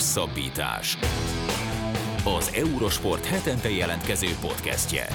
Hosszabbítás. Az Eurosport hetente jelentkező podcastje.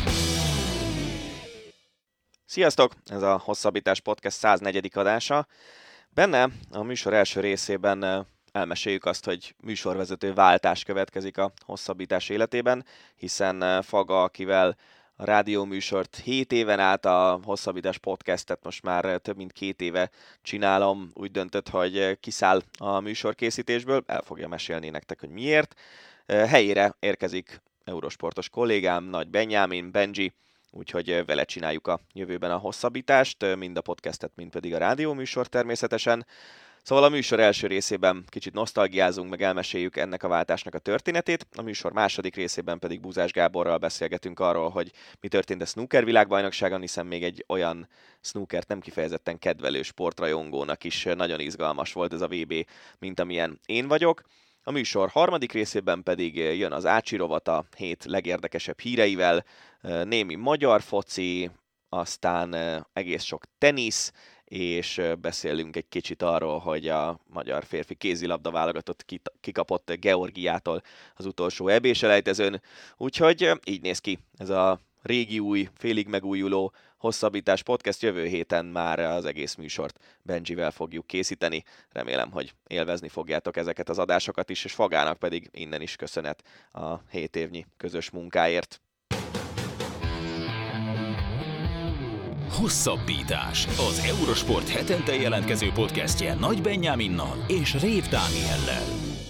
Sziasztok! Ez a Hosszabbítás Podcast 104. adása. Benne a műsor első részében elmeséljük azt, hogy műsorvezető váltás következik a Hosszabbítás életében, hiszen Faga, akivel a rádióműsort 7 éven át, a Hosszabbítás Podcastet most már több mint 2 éve csinálom, úgy döntött, hogy kiszáll a műsorkészítésből, el fogja mesélni nektek, hogy miért. Helyére érkezik eurosportos kollégám, Nagy Benyámin, Benji, úgyhogy vele csináljuk a jövőben a hosszabbítást, mind a podcastet, mind pedig a rádióműsor természetesen. Szóval a műsor első részében kicsit nosztalgiázunk, meg elmeséljük ennek a váltásnak a történetét, a műsor második részében pedig Búzás Gáborral beszélgetünk arról, hogy mi történt a snooker világbajnokságon, hiszen még egy olyan snookert nem kifejezetten kedvelő sportrajongónak is nagyon izgalmas volt ez a VB, mint amilyen én vagyok. A műsor harmadik részében pedig jön az Ácsi rovat a hét legérdekesebb híreivel, némi magyar foci, aztán egész sok tenisz, és beszélünk egy kicsit arról, hogy a magyar férfi kézilabda válogatott kikapott Georgiától az utolsó EB-selejtezőn. Úgyhogy így néz ki ez a régi új, félig megújuló Hosszabbítás Podcast. Jövő héten már az egész műsort Benjivel fogjuk készíteni. Remélem, hogy élvezni fogjátok ezeket az adásokat is, és Fagának pedig innen is köszönet a 7 évnyi közös munkáért. Hosszabbítás. Az Eurosport hetente jelentkező podcastje Nagy Benyáminnal és Rév Dániellel.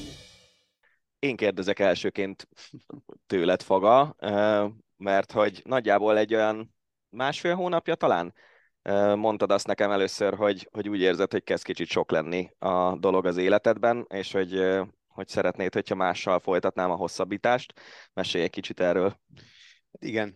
Én kérdezek elsőként tőled, Faga, mert hogy nagyjából egy olyan másfél hónapja talán mondtad azt nekem először, hogy úgy érzed, hogy kezd kicsit sok lenni a dolog az életedben, és hogy szeretnéd, hogyha mással folytatnám a hosszabbítást. Mesélj egy kicsit erről. Igen,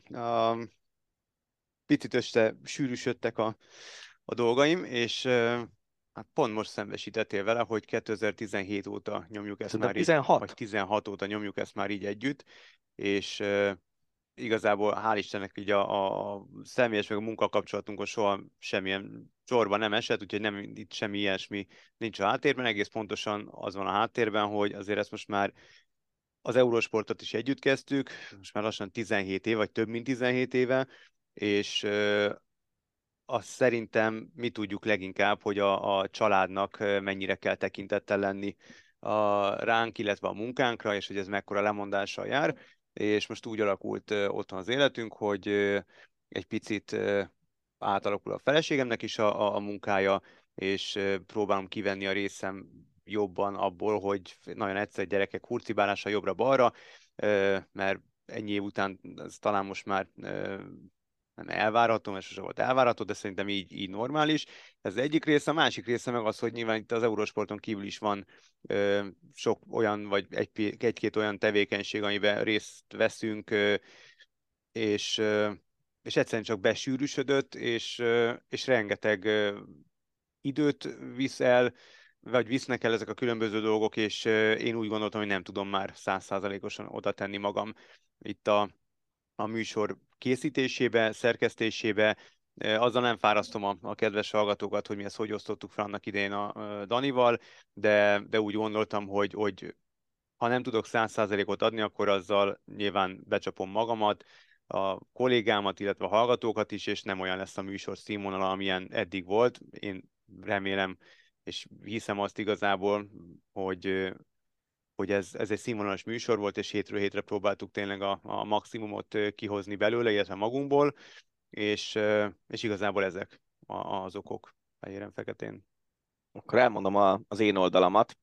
picit sűrűsödtek a dolgaim, és hát pont most szembesítettél vele, hogy 2017 óta nyomjuk ezt már 16? így, vagy 16 óta nyomjuk ezt már így együtt, és igazából hál' Istennek így a személyes meg a munkakapcsolatunkon soha semmilyen csorba nem esett, úgyhogy nem, itt semmi ilyesmi nincs a háttérben, egész pontosan az van a háttérben, hogy azért ezt most már az Eurosportot is együtt kezdtük, most már lassan 17 év, vagy több mint 17 éve, és azt szerintem mi tudjuk leginkább, hogy a családnak mennyire kell tekintettel lenni ránk, illetve a munkánkra, és hogy ez mekkora lemondással jár. És most úgy alakult otthon az életünk, hogy egy picit átalakul a feleségemnek is a munkája, és próbálom kivenni a részem jobban abból, hogy nagyon egyszer gyerekek hurcibálása jobbra-balra, mert ennyi év után ez talán most már nem elvárható, mert sose volt elvárható, de szerintem így normális. Ez az egyik része, a másik része meg az, hogy nyilván itt az Eurosporton kívül is van sok olyan, vagy egy-két olyan tevékenység, amiben részt veszünk, és egyszerűen csak besűrűsödött, és rengeteg időt visz el, vagy visznek el ezek a különböző dolgok, és én úgy gondoltam, hogy nem tudom már 100%-osan oda tenni magam itt a műsor készítésébe, szerkesztésébe. Azzal nem fárasztom a kedves hallgatókat, hogy mi ezt hogy osztottuk fel annak idején a Danival, de úgy gondoltam, hogy ha nem tudok 100%-ot adni, akkor azzal nyilván becsapom magamat, a kollégámat, illetve a hallgatókat is, és nem olyan lesz a műsor színvonala, amilyen eddig volt. Én remélem, és hiszem azt igazából, hogy ez egy színvonalas műsor volt, és hétről hétre próbáltuk tényleg a maximumot kihozni belőle, illetve magunkból, és igazából ezek az okok fehéren-feketén. Akkor elmondom az én oldalamat.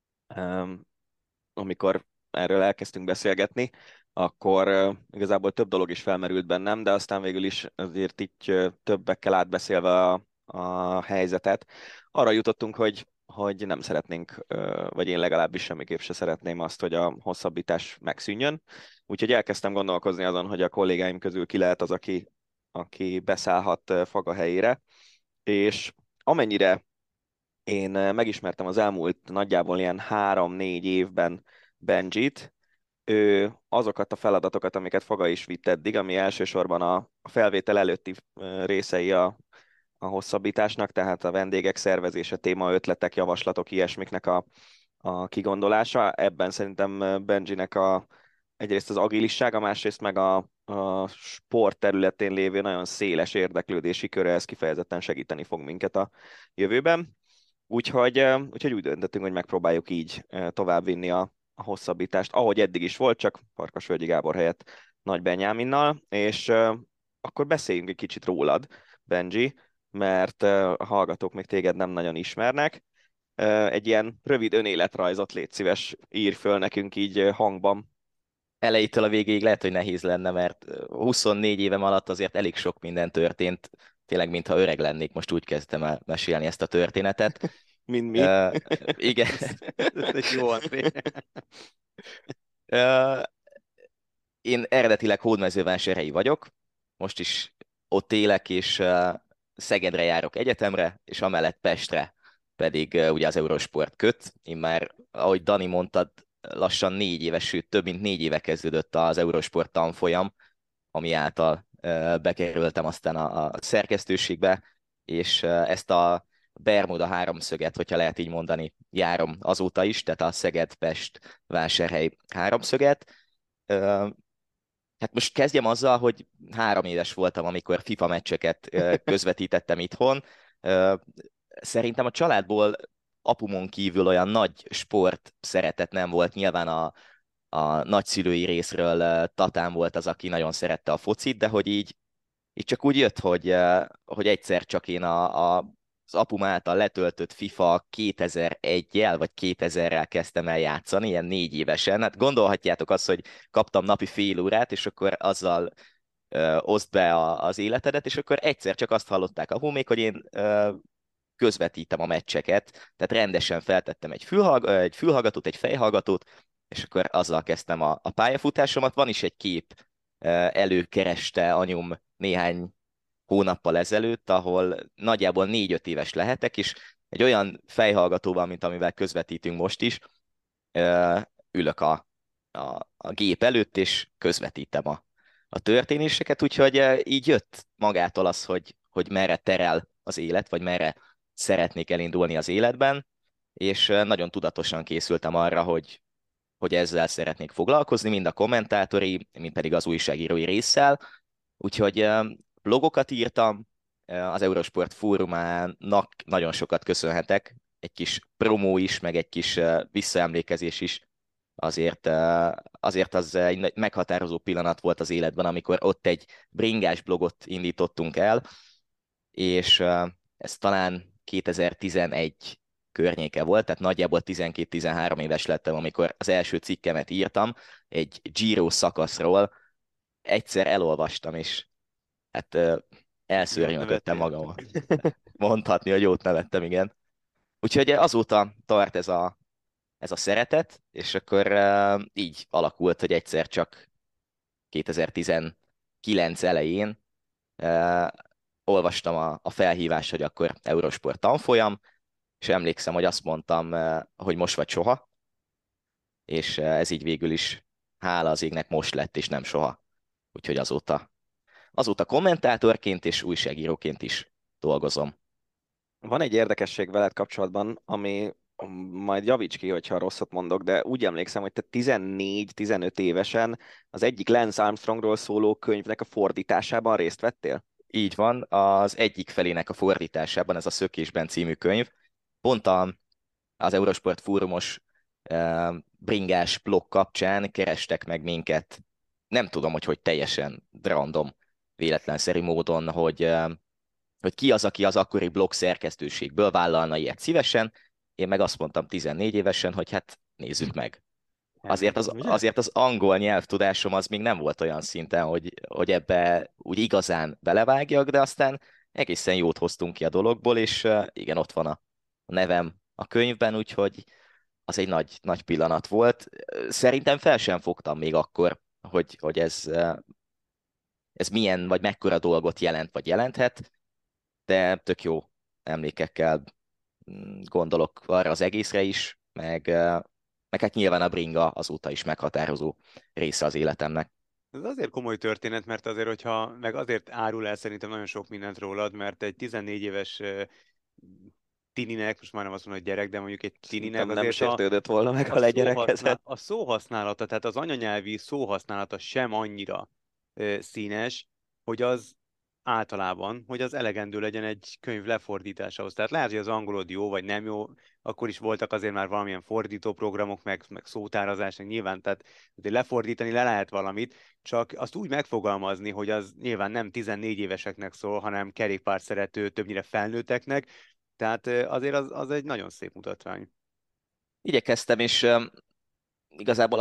Amikor erről elkezdtünk beszélgetni, akkor igazából több dolog is felmerült bennem, de aztán végül is azért így többekkel átbeszélve a helyzetet, arra jutottunk, hogy nem szeretnénk, vagy én legalábbis semmiképp se szeretném azt, hogy a hosszabbítás megszűnjön. Úgyhogy elkezdtem gondolkozni azon, hogy a kollégáim közül ki lehet az, aki beszállhat Faga helyére, és amennyire én megismertem az elmúlt nagyjából ilyen 3-4 évben Benjit, ő azokat a feladatokat, amiket Faga is vitt eddig, ami elsősorban a felvétel előtti részei a hosszabbításnak, tehát a vendégek szervezése, témaötletek, javaslatok, ilyesmiknek a a kigondolása. Ebben szerintem Benjinek egyrészt az agilissága, másrészt meg a sport területén lévő nagyon széles érdeklődési köre, ez kifejezetten segíteni fog minket a jövőben. Úgyhogy úgy döntöttünk, hogy megpróbáljuk így továbbvinni a hosszabbítást, ahogy eddig is volt, csak Farkasvölgyi Gábor helyett Nagy Benyáminnal, és akkor beszéljünk egy kicsit rólad, Benji, mert a hallgatók még téged nem nagyon ismernek. Egy ilyen rövid önéletrajzot légy szíves, ír föl nekünk így hangban. Elejétől a végéig lehet, hogy nehéz lenne, mert 24 évem alatt azért elég sok minden történt. Tényleg, mintha öreg lennék, most úgy kezdtem el mesélni ezt a történetet. Mint mi. Igen. Ez egy jó André. Uh, én eredetileg hódmezővásárhelyi vagyok, most is ott élek, és Szegedre járok egyetemre, és amellett Pestre pedig ugye az Eurosport köt. Én már, ahogy Dani mondtad, lassan 4 éves, sőt több mint 4 éve kezdődött az Eurosport tanfolyam, ami által bekerültem aztán a szerkesztőségbe, és ezt a Bermuda háromszöget, hogyha lehet így mondani, járom azóta is, tehát a Szeged-Pest-Vásárhely háromszöget. Hát most kezdjem azzal, hogy 3 éves voltam, amikor FIFA meccseket közvetítettem itthon. Szerintem a családból apumon kívül olyan nagy sport szeretet nem volt. Nyilván a nagyszülői részről Tatán volt az, aki nagyon szerette a focit, de hogy így csak úgy jött, hogy egyszer csak én az apum által letöltött FIFA 2001-jel vagy 2000-rel kezdtem el játszani, ilyen 4 évesen. Hát gondolhatjátok azt, hogy kaptam napi fél órát, és akkor azzal oszd be az életedet, és akkor egyszer csak azt hallották a homék, hogy én közvetítem a meccseket, tehát rendesen feltettem egy fülhallgatót, egy fejhallgatót, és akkor azzal kezdtem a pályafutásomat. Van is egy kép, előkereste anyum néhány hónappal ezelőtt, ahol nagyjából 4-5 éves lehetek, és egy olyan fejhallgatóval, mint amivel közvetítünk most is, ülök a gép előtt, és közvetítem a történéseket, úgyhogy így jött magától az, hogy merre terel az élet, vagy merre szeretnék elindulni az életben, és nagyon tudatosan készültem arra, hogy ezzel szeretnék foglalkozni, mind a kommentátori, mind pedig az újságírói résszel. Úgyhogy blogokat írtam, az Eurosport fórumának nagyon sokat köszönhetek, egy kis promó is, meg egy kis visszaemlékezés is. Azért az egy meghatározó pillanat volt az életben, amikor ott egy bringás blogot indítottunk el, és ez talán 2011 környéke volt, tehát nagyjából 12-13 éves lettem, amikor az első cikkemet írtam egy Giro szakaszról. Egyszer elolvastam, és hát elszörnyöltöttem magamat. Mondhatni, hogy jót nevettem, igen. Úgyhogy azóta tart ez a szeretet, és akkor így alakult, hogy egyszer csak 2019 elején olvastam a felhívást, hogy akkor Eurosport tanfolyam, és emlékszem, hogy azt mondtam, hogy most vagy soha, és ez így végül is hála az égnek most lett, és nem soha. Úgyhogy azóta kommentátorként és újságíróként is dolgozom. Van egy érdekesség veled kapcsolatban, ami majd javíts ki, hogyha rosszat mondok, de úgy emlékszem, hogy te 14-15 évesen az egyik Lance Armstrongról szóló könyvnek a fordításában részt vettél? Így van, az egyik felének a fordításában, ez a Szökésben című könyv, pont az Eurosport fórumos bringás blog kapcsán kerestek meg minket, nem tudom, hogy teljesen random, véletlenszerű módon, hogy ki az, aki az akkori blog szerkesztőségből vállalna ilyet szívesen. Én meg azt mondtam 14 évesen, hogy hát nézzük meg. Azért az angol nyelvtudásom az még nem volt olyan szinten, hogy ebbe úgy igazán belevágjak, de aztán egészen jót hoztunk ki a dologból, és igen, ott van a nevem a könyvben, úgyhogy az egy nagy, nagy pillanat volt. Szerintem fel sem fogtam még akkor, hogy ez milyen, vagy mekkora dolgot jelent, vagy jelenthet, de tök jó emlékekkel gondolok arra az egészre is, meg hát nyilván a bringa azóta is meghatározó része az életemnek. Ez azért komoly történet, mert azért, hogyha meg azért árul el szerintem nagyon sok mindent rólad, mert egy 14 éves tininek, most majdnem azt mondom, hogy gyerek, de mondjuk egy tininek Nem azért sértődött volna meg, ha legyerekezett. a szóhasználata, tehát az anyanyelvi szóhasználata sem annyira színes, hogy az általában, hogy az elegendő legyen egy könyv lefordításához. Tehát lehet, hogy az angolod jó, vagy nem jó, akkor is voltak azért már valamilyen fordító programok, meg szótárazás, meg nyilván, tehát azért lefordítani le lehet valamit, csak azt úgy megfogalmazni, hogy az nyilván nem 14 éveseknek szól, hanem kerékpár szerető, többnyire felnőtteknek, tehát azért az egy nagyon szép mutatvány. Igyekeztem, és igazából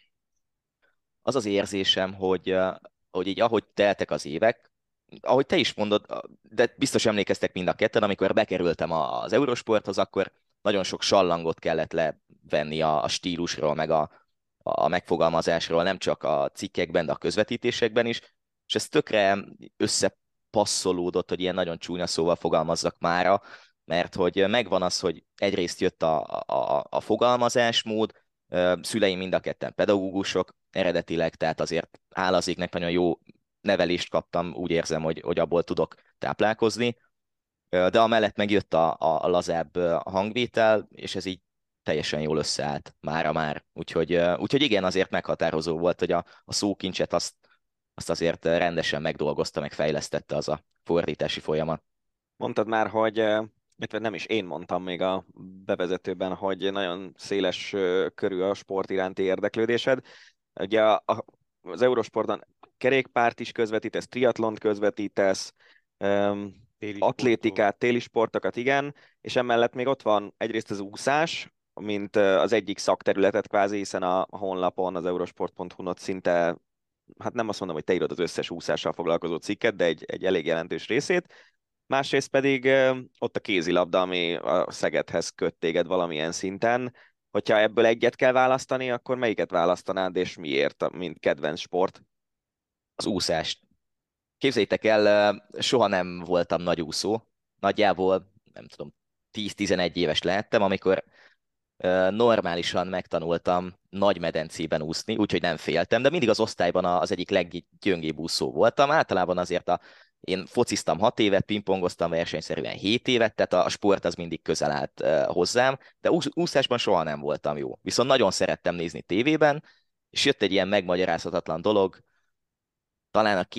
az az érzésem, hogy így ahogy teltek az évek, ahogy te is mondod, de biztos emlékeztek mind a ketten, amikor bekerültem az Eurosporthoz, akkor nagyon sok sallangot kellett levenni a stílusról, meg a megfogalmazásról, nem csak a cikkekben, de a közvetítésekben is, és ez tökre összepasszolódott, hogy ilyen nagyon csúnya szóval fogalmazzak mára, mert hogy megvan az, hogy egyrészt jött a fogalmazásmód, szüleim mind a ketten pedagógusok eredetileg, tehát azért állazéknek nagyon jó nevelést kaptam, úgy érzem, hogy abból tudok táplálkozni, de amellett megjött a lazább hangvétel, és ez így teljesen jól összeállt mára már. Úgyhogy igen, azért meghatározó volt, hogy a szókincset azt azért rendesen megdolgozta, meg fejlesztette az a fordítási folyamat. Mondtad már, hogy illetve nem is én mondtam még a bevezetőben, hogy nagyon széles körű a sport iránti érdeklődésed. Ugye az Eurosporton kerékpárt is közvetítesz, triatlont közvetítesz, atlétikát, téli sportokat, igen, és emellett még ott van egyrészt az úszás, mint az egyik szakterületet kvázi, hiszen a honlapon, az eurosport.hu-n ott szinte, hát nem azt mondom, hogy te írod az összes úszással foglalkozó cikket, de egy elég jelentős részét. Másrészt pedig ott a kézilabda, ami a Szegedhez köt téged valamilyen szinten. Hogyha ebből egyet kell választani, akkor melyiket választanád, és miért, mint kedvenc sport? Az úszást. Képzeljétek el, soha nem voltam nagy úszó. Nagyjából, nem tudom, 10-11 éves lehettem, amikor normálisan megtanultam nagy medencében úszni, úgyhogy nem féltem, de mindig az osztályban az egyik leggyöngébb úszó voltam. Általában azért én fociztam 6 évet, pingpongoztam versenyszerűen 7 évet, tehát a sport az mindig közel állt hozzám, de úszásban soha nem voltam jó. Viszont nagyon szerettem nézni tévében, és jött egy ilyen megmagyarázhatatlan dolog, talán a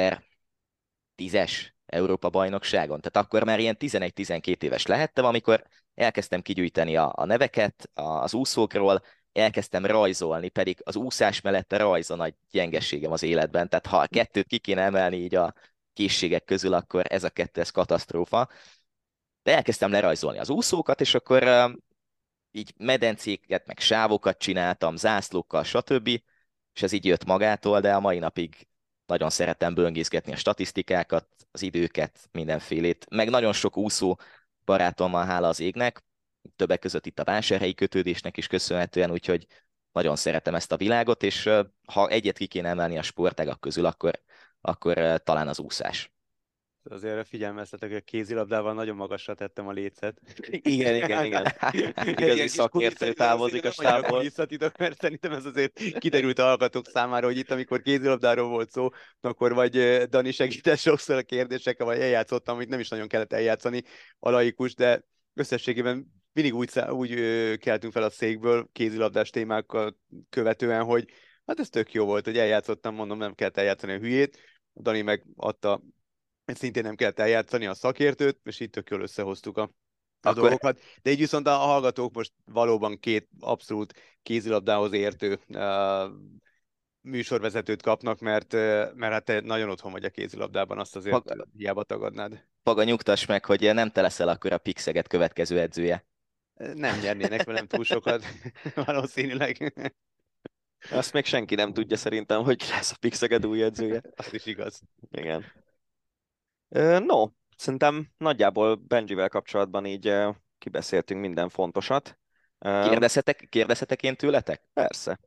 2010-es Európa-bajnokságon. Tehát akkor már ilyen 11-12 éves lehettem, amikor elkezdtem kigyűjteni a neveket az úszókról, elkezdtem rajzolni, pedig az úszás mellett a rajz a nagy gyengességem az életben. Tehát ha a kettőt ki kéne emelni így a készségek közül, akkor ez a kettő, ez katasztrófa. De elkezdtem lerajzolni az úszókat, és akkor így medencéket, meg sávokat csináltam, zászlókkal, stb. És ez így jött magától, de a mai napig nagyon szeretem böngészgetni a statisztikákat, az időket, mindenfélét. Meg nagyon sok úszó barátommal, hála az égnek, többek között itt a vásárhelyi kötődésnek is köszönhetően, úgyhogy nagyon szeretem ezt a világot, és ha egyet ki kéne emelni a sportágak közül, akkor talán az úszás. Azért figyelmeztetek, hogy a kézilabdával nagyon magasra tettem a lécet. Igen. Igazi szakértő távozik a stábból. Mert szerintem ez azért kiderült a hallgatók számára, hogy itt, amikor kézilabdáról volt szó, akkor vagy Dani segített sokszor a kérdésekkel, vagy eljátszottam, amit nem is nagyon kellett eljátszani a laikus, de összességében mindig úgy keltünk fel a székből kézilabdás témákkal követően, hogy hát ez tök jó volt, hogy eljátszottam, mondom, nem kellett eljátszani a hülyét. A Dani meg adta, szintén nem kellett eljátszani a szakértőt, és így tök jól összehoztuk a dolgokat. De így viszont a hallgatók most valóban két abszolút kézilabdához értő műsorvezetőt kapnak, mert hát te nagyon otthon vagy a kézilabdában, azt azért hiába tagadnád. Paga, nyugtass meg, hogy nem te leszel akkor a Pixeget következő edzője. Nem nyernének velem túl sokat, valószínűleg. Azt még senki nem tudja szerintem, hogy lesz a Pixeged új edzője. Az is igaz. Igen. No, szerintem nagyjából Benjivel kapcsolatban így kibeszéltünk minden fontosat. Kérdezhetek én tőletek? Persze.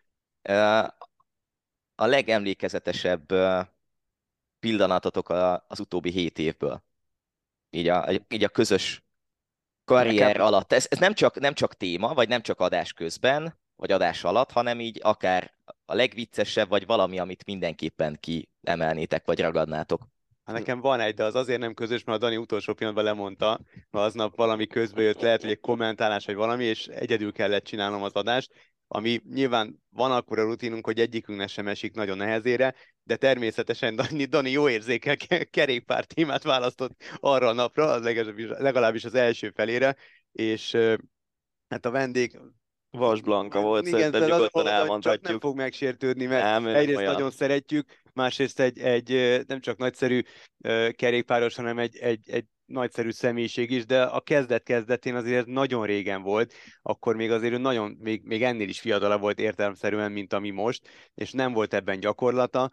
A legemlékezetesebb pillanatotok az utóbbi 7 évből. Így a közös karrier alatt. Ez nem csak téma, vagy nem csak adás közben, vagy adás alatt, hanem így akár a legviccesebb, vagy valami, amit mindenképpen kiemelnétek, vagy ragadnátok. Hát nekem van egy, de az azért nem közös, mert a Dani utolsó pillanatban lemondta, mert aznap valami közbe jött, lehet, hogy egy kommentálás vagy valami, és egyedül kellett csinálnom az adást, ami nyilván van akkor a rutinunk, hogy egyikünknek sem esik nagyon nehezére, de természetesen Dani jó érzékel kerékpár témát választott arra a napra, az legalábbis az első felére, és hát a vendég. Vas Blanka volt, Igen, szerintem tehát nyugodtan csak nem elmondhatjuk. fog megsértődni, mert Nem, ő nem egyrészt olyan. nagyon szeretjük, másrészt egy nem csak nagyszerű kerékpáros, hanem egy nagyszerű személyiség is, de a kezdet-kezdetén azért nagyon régen volt, akkor még azért ő nagyon, még ennél is fiatalabb volt értelemszerűen, mint ami most, és nem volt ebben gyakorlata,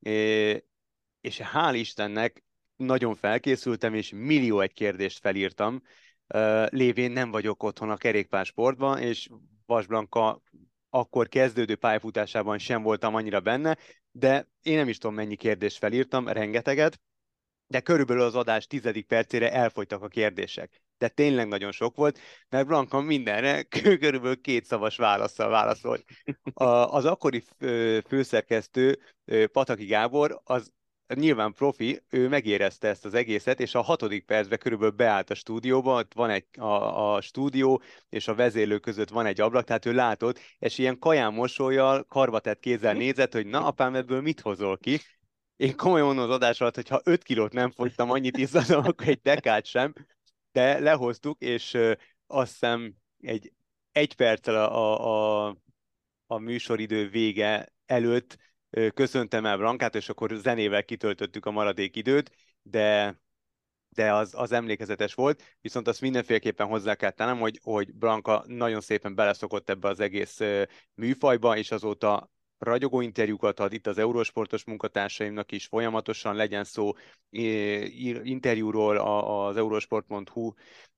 és hál' Istennek nagyon felkészültem, és millió egy kérdést felírtam, lévén nem vagyok otthon a kerékpársportban, és Vas Blanka akkor kezdődő pályafutásában sem voltam annyira benne, de én nem is tudom, mennyi kérdést felírtam, rengeteget, de körülbelül az adás 10. percére elfogytak a kérdések. De tényleg nagyon sok volt, mert Blanka mindenre körülbelül 2 szavas válaszsal válaszolt. Az akkori főszerkesztő, Pataki Gábor, az nyilván profi, ő megérezte ezt az egészet, és a 6. percben körülbelül beállt a stúdióba, ott van a stúdió és a vezérlő között van egy ablak, tehát ő látott, és ilyen kaján mosollyal, karbatett kézzel nézett, hogy na apám, ebből mit hozol ki? Én komolyan mondom az adás alatt, hogy ha 5 kilót nem fogytam, annyit izzadom, akkor egy dekát sem, de lehoztuk, és azt hiszem egy perccel a műsoridő vége előtt köszöntem el Brankát, és akkor zenével kitöltöttük a maradék időt, de az emlékezetes volt, viszont azt mindenféleképpen hozzá kell tennem, hogy Branka nagyon szépen beleszokott ebbe az egész műfajba, és azóta ragyogó interjúkat ad itt az Eurosportos munkatársaimnak is, folyamatosan legyen szó interjúról az eurosport.hu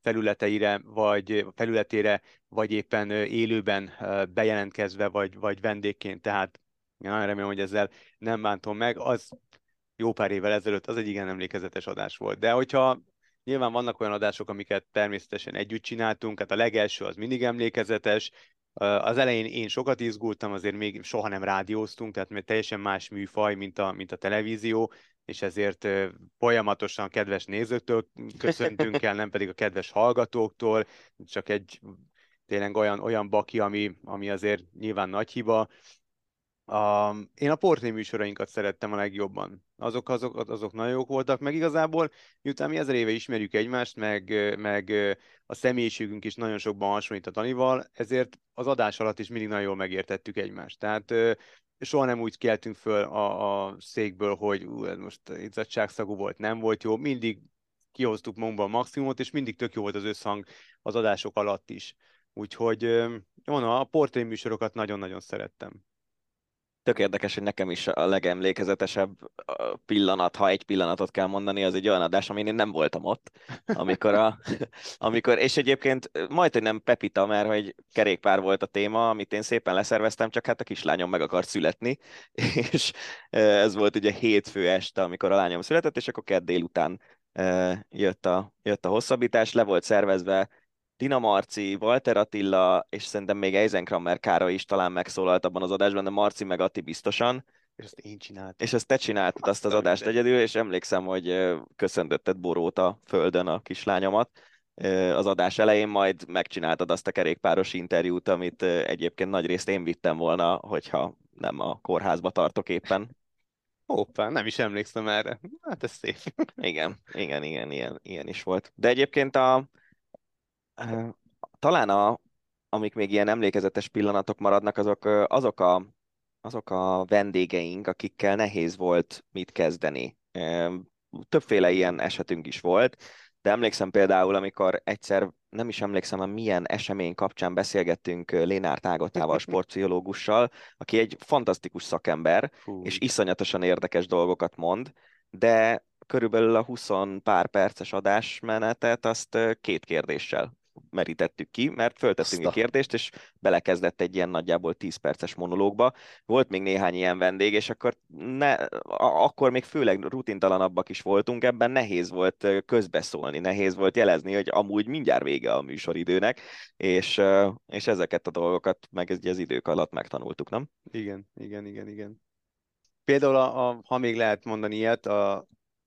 felületére, vagy éppen élőben bejelentkezve, vagy vendégként, tehát én nagyon remélem, hogy ezzel nem bántom meg. Az jó pár évvel ezelőtt az egy igen emlékezetes adás volt. De hogyha nyilván vannak olyan adások, amiket természetesen együtt csináltunk, hát a legelső az mindig emlékezetes. Az elején én sokat izgultam, azért még soha nem rádióztunk, tehát mert teljesen más műfaj, mint a televízió, és ezért folyamatosan kedves nézőktől köszöntünk el, nem pedig a kedves hallgatóktól, csak egy tényleg olyan baki, ami azért nyilván nagy hiba. Én a portré műsorainkat szerettem a legjobban. Azok nagyon jók voltak, meg igazából, miután mi 1000 éve ismerjük egymást, meg a személyiségünk is nagyon sokban hasonlít a Danival, ezért az adás alatt is mindig nagyon jól megértettük egymást. Tehát soha nem úgy keltünk föl a székből, hogy ez most izzadságszagú volt, nem volt jó, mindig kihoztuk magunkban a maximumot, és mindig tök jó volt az összhang az adások alatt is. Úgyhogy a portré műsorokat nagyon-nagyon szerettem. Tök érdekes, hogy nekem is a legemlékezetesebb pillanat, ha egy pillanatot kell mondani, az egy olyan adás, amin én nem voltam ott, amikor és egyébként majdhogy nem Pepita, mert hogy kerékpár volt a téma, amit én szépen leszerveztem, csak hát a kislányom meg akart születni, és ez volt ugye hétfő este, amikor a lányom született, és akkor kedd délután jött a hosszabbítás, le volt szervezve Tina Marci, Walter Attila, és szerintem még Eisenkrammer Károly is talán megszólalt abban az adásban, de Marci meg Atti biztosan. És ezt én csináltam. És ezt te csináltad azt az adást egyedül, és emlékszem, hogy köszöntötted Borót a földön a kislányomat az adás elején, majd megcsináltad azt a kerékpáros interjút, amit egyébként nagyrészt én vittem volna, hogyha nem a kórházba tartok éppen. Hoppá, nem is emlékszem erre. Hát ez szép. Igen, ilyen is volt. De egyébként talán amik még ilyen emlékezetes pillanatok maradnak, azok a vendégeink, akikkel nehéz volt mit kezdeni. Többféle ilyen esetünk is volt, de emlékszem például, amikor egyszer, nem is emlékszem, hogy milyen esemény kapcsán beszélgettünk Lénárt Ágotával, sportpszichológussal, aki egy fantasztikus szakember, és iszonyatosan érdekes dolgokat mond, de körülbelül a 20 pár perces adásmenetet azt 2 kérdéssel merítettük ki, mert föltettünk egy kérdést, és belekezdett egy ilyen nagyjából 10 perces monológba. Volt még néhány ilyen vendég, és akkor még főleg rutintalanabbak is voltunk, ebben nehéz volt közbeszólni, nehéz volt jelezni, hogy amúgy mindjárt vége a műsoridőnek, és ezeket a dolgokat meg az idők alatt megtanultuk, nem? Igen. Például, ha még lehet mondani ilyet,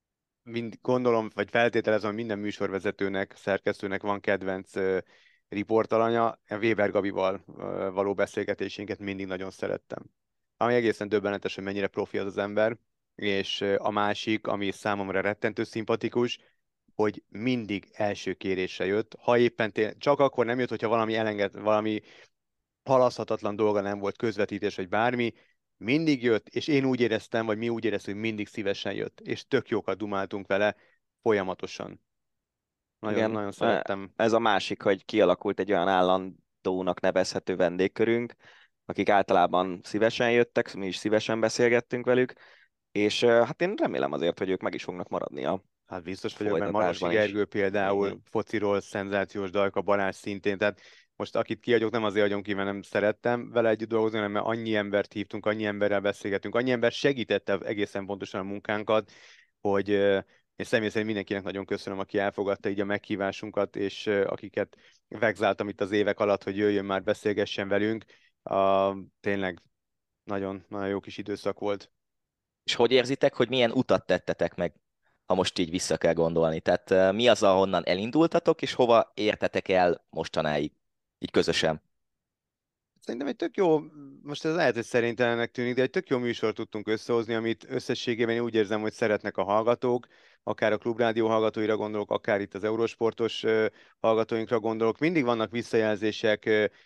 gondolom, vagy feltételezem, hogy minden műsorvezetőnek, szerkesztőnek van kedvenc riportalanya. A Weber Gabival való beszélgetésénket mindig nagyon szerettem. Ami egészen döbbenetes, hogy mennyire profi az ember, és a másik, ami számomra rettentő szimpatikus, hogy mindig első kérésre jött, ha éppen csak akkor nem jött, hogyha valami halaszthatatlan dolga nem volt, közvetítés vagy bármi, mindig jött, és én úgy éreztem, vagy mi úgy éreztük, hogy mindig szívesen jött, és tök jókat dumáltunk vele folyamatosan. Nagyon, Igen, nagyon szerettem. ez a másik, hogy kialakult egy olyan állandónak nevezhető vendégkörünk, akik általában szívesen jöttek, mi is szívesen beszélgettünk velük, és hát én remélem azért, hogy ők meg is fognak maradni a Hát biztos vagyok, mert Marosi folytatásban is. Gergő például Igen. fociról szenzációs, Dajka Balázs szintén, tehát most akit kiadjuk, nem azért hagyom ki, mert nem szerettem vele együtt dolgozni, hanem mert annyi embert hívtunk, annyi emberrel beszélgettünk, annyi ember segítette egészen pontosan a munkánkat, hogy én személy szerint mindenkinek nagyon köszönöm, aki elfogadta így a meghívásunkat, és akiket vegzáltam itt az évek alatt, hogy jöjjön már, beszélgessen velünk. Tényleg nagyon, nagyon jó kis időszak volt. És hogy érzitek, hogy milyen utat tettetek meg, ha most így vissza kell gondolni? Tehát mi az, ahonnan elindultatok, és hova értetek el mostanáig, így közösen? Szerintem egy tök jó, most ez lehet, hogy szerintelennek tűnik, de egy tök jó műsort tudtunk összehozni, amit összességében én úgy érzem, hogy szeretnek a hallgatók, akár a Klubrádió hallgatóira gondolok, akár itt az Eurosportos hallgatóinkra gondolok. Mindig vannak visszajelzések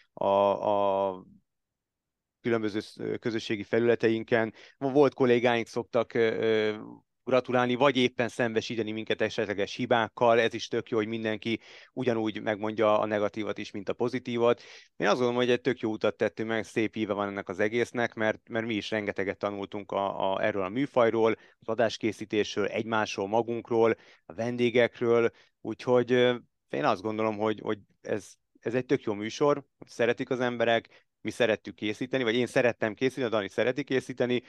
a különböző közösségi felületeinken. Volt kollégáink szoktak gratulálni, vagy éppen szembesíteni minket esetleges hibákkal, ez is tök jó, hogy mindenki ugyanúgy megmondja a negatívat is, mint a pozitívat. Én azt gondolom, hogy egy tök jó utat tettünk meg, szép íve van ennek az egésznek, mert mi is rengeteget tanultunk erről a műfajról, az adáskészítésről, egymásról, magunkról, a vendégekről, úgyhogy én azt gondolom, hogy ez egy tök jó műsor, szeretik az emberek, mi szerettük készíteni, vagy én szerettem készíteni, a Dani szereti készíteni,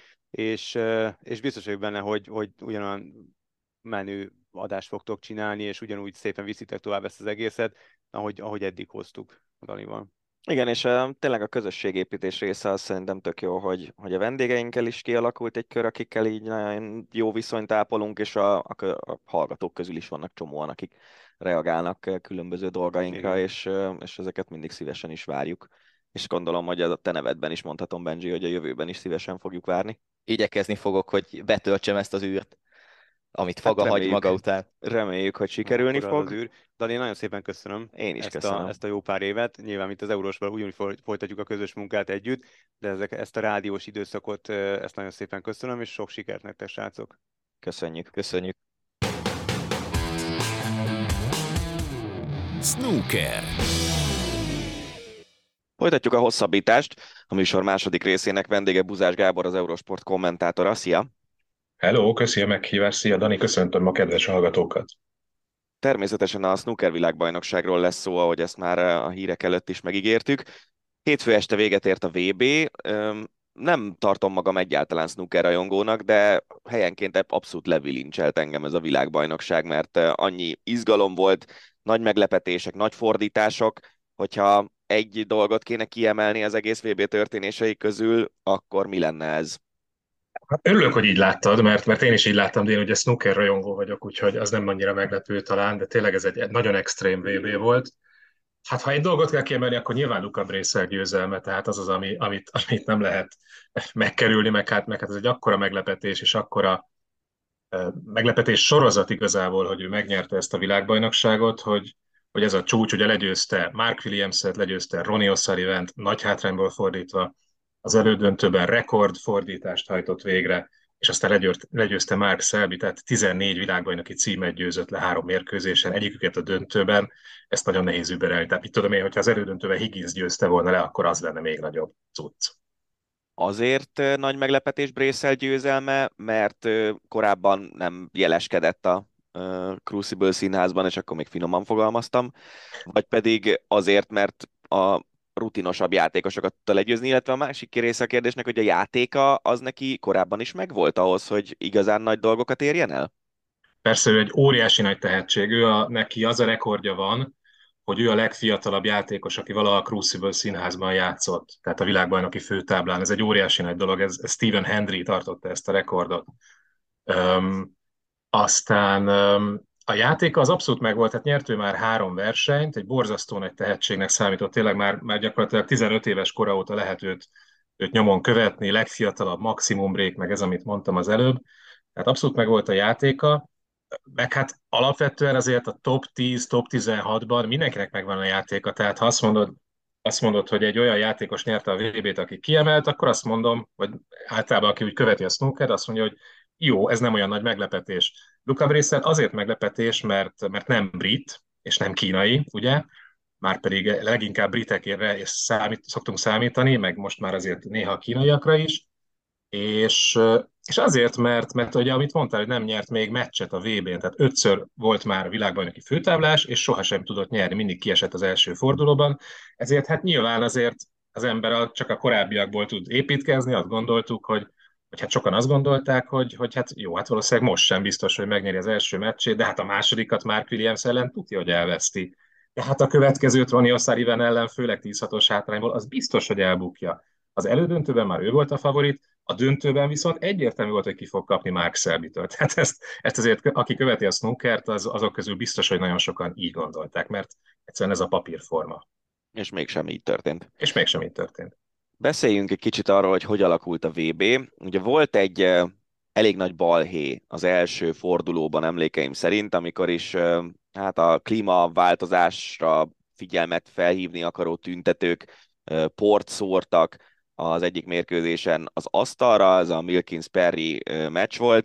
és biztos vagyok benne, hogy ugyanolyan menő adást fogtok csinálni, és ugyanúgy szépen viszitek tovább ezt az egészet, ahogy eddig hoztuk a Danival. Igen, és tényleg a közösségépítés része az szerintem tök jó, hogy a vendégeinkkel is kialakult egy kör, akikkel így nagyon jó viszonyt ápolunk, és a hallgatók közül is vannak csomóan, akik reagálnak különböző dolgainkra, Igen. és ezeket mindig szívesen is várjuk. És gondolom, hogy a te nevedben is mondhatom, Benji, hogy a jövőben is szívesen fogjuk várni. Igyekezni fogok, hogy betöltsem ezt az űrt, amit Hát Faga hagy maga után. reméljük, hogy sikerülni Akkor az fog. az űr. Dani, nagyon szépen köszönöm Én is köszönöm. ezt a jó pár évet. Nyilván, mint az Eurósban ugyanúgy folytatjuk a közös munkát együtt, de ezt a rádiós időszakot, ezt nagyon szépen köszönöm, és sok sikert nektek, srácok! Köszönjük. Köszönjük. Snooker. Folytatjuk a hosszabbítást. A műsor második részének vendége Buzás Gábor, az Eurosport kommentátora. Szia! Hello, köszi a meghívást. Szia, Dani, köszöntöm a kedves hallgatókat. Természetesen a snooker világbajnokságról lesz szó, ahogy ezt már a hírek előtt is megígértük. Hétfő este véget ért a VB. Nem tartom magam egyáltalán snooker rajongónak, de helyenként abszolút lebilincselt engem ez a világbajnokság, mert annyi izgalom volt, nagy meglepetések, nagy fordítások, hogyha egy dolgot kéne kiemelni az egész VB történései közül, akkor mi lenne ez? Hát örülök, hogy így láttad, mert én is így láttam, de én ugye snooker rajongó vagyok, úgyhogy az nem annyira meglepő talán, de tényleg ez egy nagyon extrém VB volt. Hát ha egy dolgot kell kiemelni, akkor nyilván Luca Brecel győzelme, tehát az az, amit nem lehet megkerülni, meg hát ez egy akkora meglepetés, és akkora meglepetés sorozat igazából, hogy ő megnyerte ezt a világbajnokságot, hogy ez a csúcs ugye legyőzte Mark Williams-et, legyőzte Ronnie O'Sullivan-t, nagy hátrányból fordítva, az elődöntőben rekordfordítást hajtott végre, és aztán legyőzte Mark Selby, tehát 14 világbajnoki címet győzött le 3 mérkőzésen, egyiküket a döntőben, ezt nagyon nehéz überelni. Tehát mit tudom én, hogyha az elődöntőben Higgins győzte volna le, akkor az lenne még nagyobb cucc. Azért nagy meglepetés Brecel győzelme, mert korábban nem jeleskedett a Crucible színházban, és akkor még finoman fogalmaztam, vagy pedig azért, mert a rutinosabb játékosokat tudta legyőzni, illetve a másik része a kérdésnek, hogy a játéka az neki korábban is megvolt ahhoz, hogy igazán nagy dolgokat érjen el? Persze ő egy óriási nagy tehetség, neki az a rekordja van, hogy ő a legfiatalabb játékos, aki valaha a Crucible színházban játszott, tehát a világbajnoki főtáblán. Ez egy óriási nagy dolog, ez Stephen Hendry tartotta ezt a rekordot. Aztán a játéka az abszolút megvolt, tehát nyert ő már 3 versenyt, egy borzasztó nagy tehetségnek számított, tényleg már gyakorlatilag 15 éves kora óta lehet őt nyomon követni, legfiatalabb maximum break, meg ez, amit mondtam az előbb. Tehát abszolút megvolt a játéka, meg hát alapvetően azért a top 10, top 16-ban mindenkinek megvan a játéka, tehát ha azt mondod, hogy egy olyan játékos nyerte a VB-t, aki kiemelt, akkor azt mondom, vagy általában aki úgy követi a snookert, azt mondja, hogy jó, ez nem olyan nagy meglepetés. Luca Bracel azért meglepetés, mert nem brit, és nem kínai, ugye? Márpedig leginkább britekére és szoktunk számítani, meg most már azért néha a kínaiakra is, és, és azért, mert ugye, amit mondtál, hogy nem nyert még meccset a VB-n, tehát 5-ször volt már világbajnoki főtáblás, és sohasem tudott nyerni, mindig kiesett az első fordulóban, ezért hát nyilván azért az ember csak a korábbiakból tud építkezni, azt gondoltuk, hogy hát sokan azt gondolták, hogy hát jó, hát valószínűleg most sem biztos, hogy megnyeri az első meccsét, de hát a másodikat Mark Williams ellen tudja, hogy elveszti. De hát a következőt Ronnie O'Sullivan ellen, főleg 10-6-os hátrányból, az biztos, hogy elbukja. Az elődöntőben már ő volt a favorit, a döntőben viszont egyértelmű volt, hogy ki fog kapni Mark Selby-től. Tehát ezt azért, aki követi a snookert, azok közül biztos, hogy nagyon sokan így gondolták, mert egyszerűen ez a papírforma. És mégsem így történt. És mégsem így történt. Beszéljünk egy kicsit arról, hogy alakult a VB. Ugye volt egy elég nagy balhé az első fordulóban emlékeim szerint, amikor is hát a klímaváltozásra figyelmet felhívni akaró tüntetők port szórtak az egyik mérkőzésen az asztalra, ez a Wilkins-Perry meccs volt,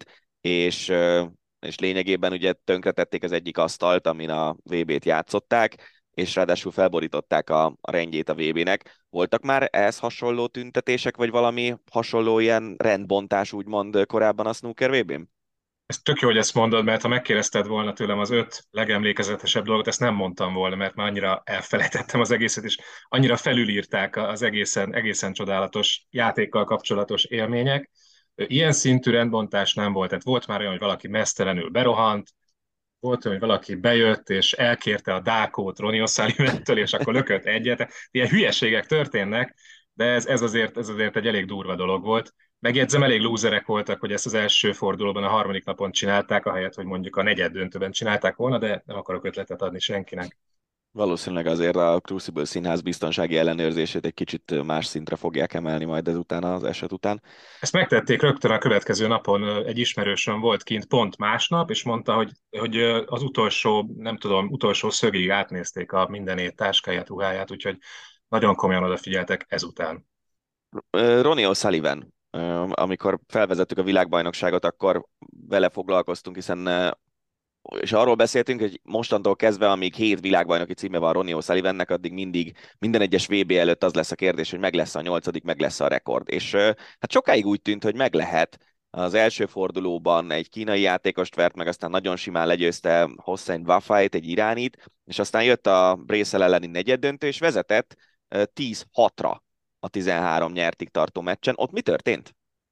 és lényegében ugye tönkretették az egyik asztalt, amin a VB-t játszották, és ráadásul felborították a rendjét a VB-nek. Voltak már ehhez hasonló tüntetések, vagy valami hasonló ilyen rendbontás úgymond korábban a snooker VB-n? Ez tök jó, hogy ezt mondod, mert ha megkérdezted volna tőlem az 5 legemlékezetesebb dolgot, ezt nem mondtam volna, mert már annyira elfelejtettem az egészet, és annyira felülírták az egészen csodálatos játékkal kapcsolatos élmények. Ilyen szintű rendbontás nem volt, tehát volt már olyan, hogy valaki meztelenül berohant, volt olyan, hogy valaki bejött, és elkérte a dákót Ronnie O'Sullivan-től, és akkor lökött egyet. Ilyen hülyeségek történnek, de ez azért egy elég durva dolog volt. Megjegyzem, elég lúzerek voltak, hogy ezt az első fordulóban a harmadik napon csinálták, ahelyett, hogy mondjuk a negyed döntőben csinálták volna, de nem akarok ötletet adni senkinek. Valószínűleg azért a Crucible Színház biztonsági ellenőrzését egy kicsit más szintre fogják emelni majd ezután az eset után. Ezt megtették rögtön a következő napon, egy ismerősöm volt kint pont másnap, és mondta, hogy az utolsó, nem tudom, utolsó szögig átnézték a mindenét, táskáját, ruháját, úgyhogy nagyon komolyan odafigyeltek ezután. Ronnie O'Sullivan, amikor felvezettük a világbajnokságot, akkor vele foglalkoztunk, hiszen és arról beszéltünk, hogy mostantól kezdve, amíg 7 világbajnoki címe van Ronnie O'Sullivannek, addig mindig minden egyes VB előtt az lesz a kérdés, hogy meg lesz a 8., meg lesz a rekord. És hát sokáig úgy tűnt, hogy meg lehet. Az első fordulóban egy kínai játékost vert meg, aztán nagyon simán legyőzte Hossein Wafait, egy iránit, és aztán jött a Bracel elleni negyeddöntő, és vezetett 10-6-ra a 13 nyertig tartó meccsen. Ott mi történt?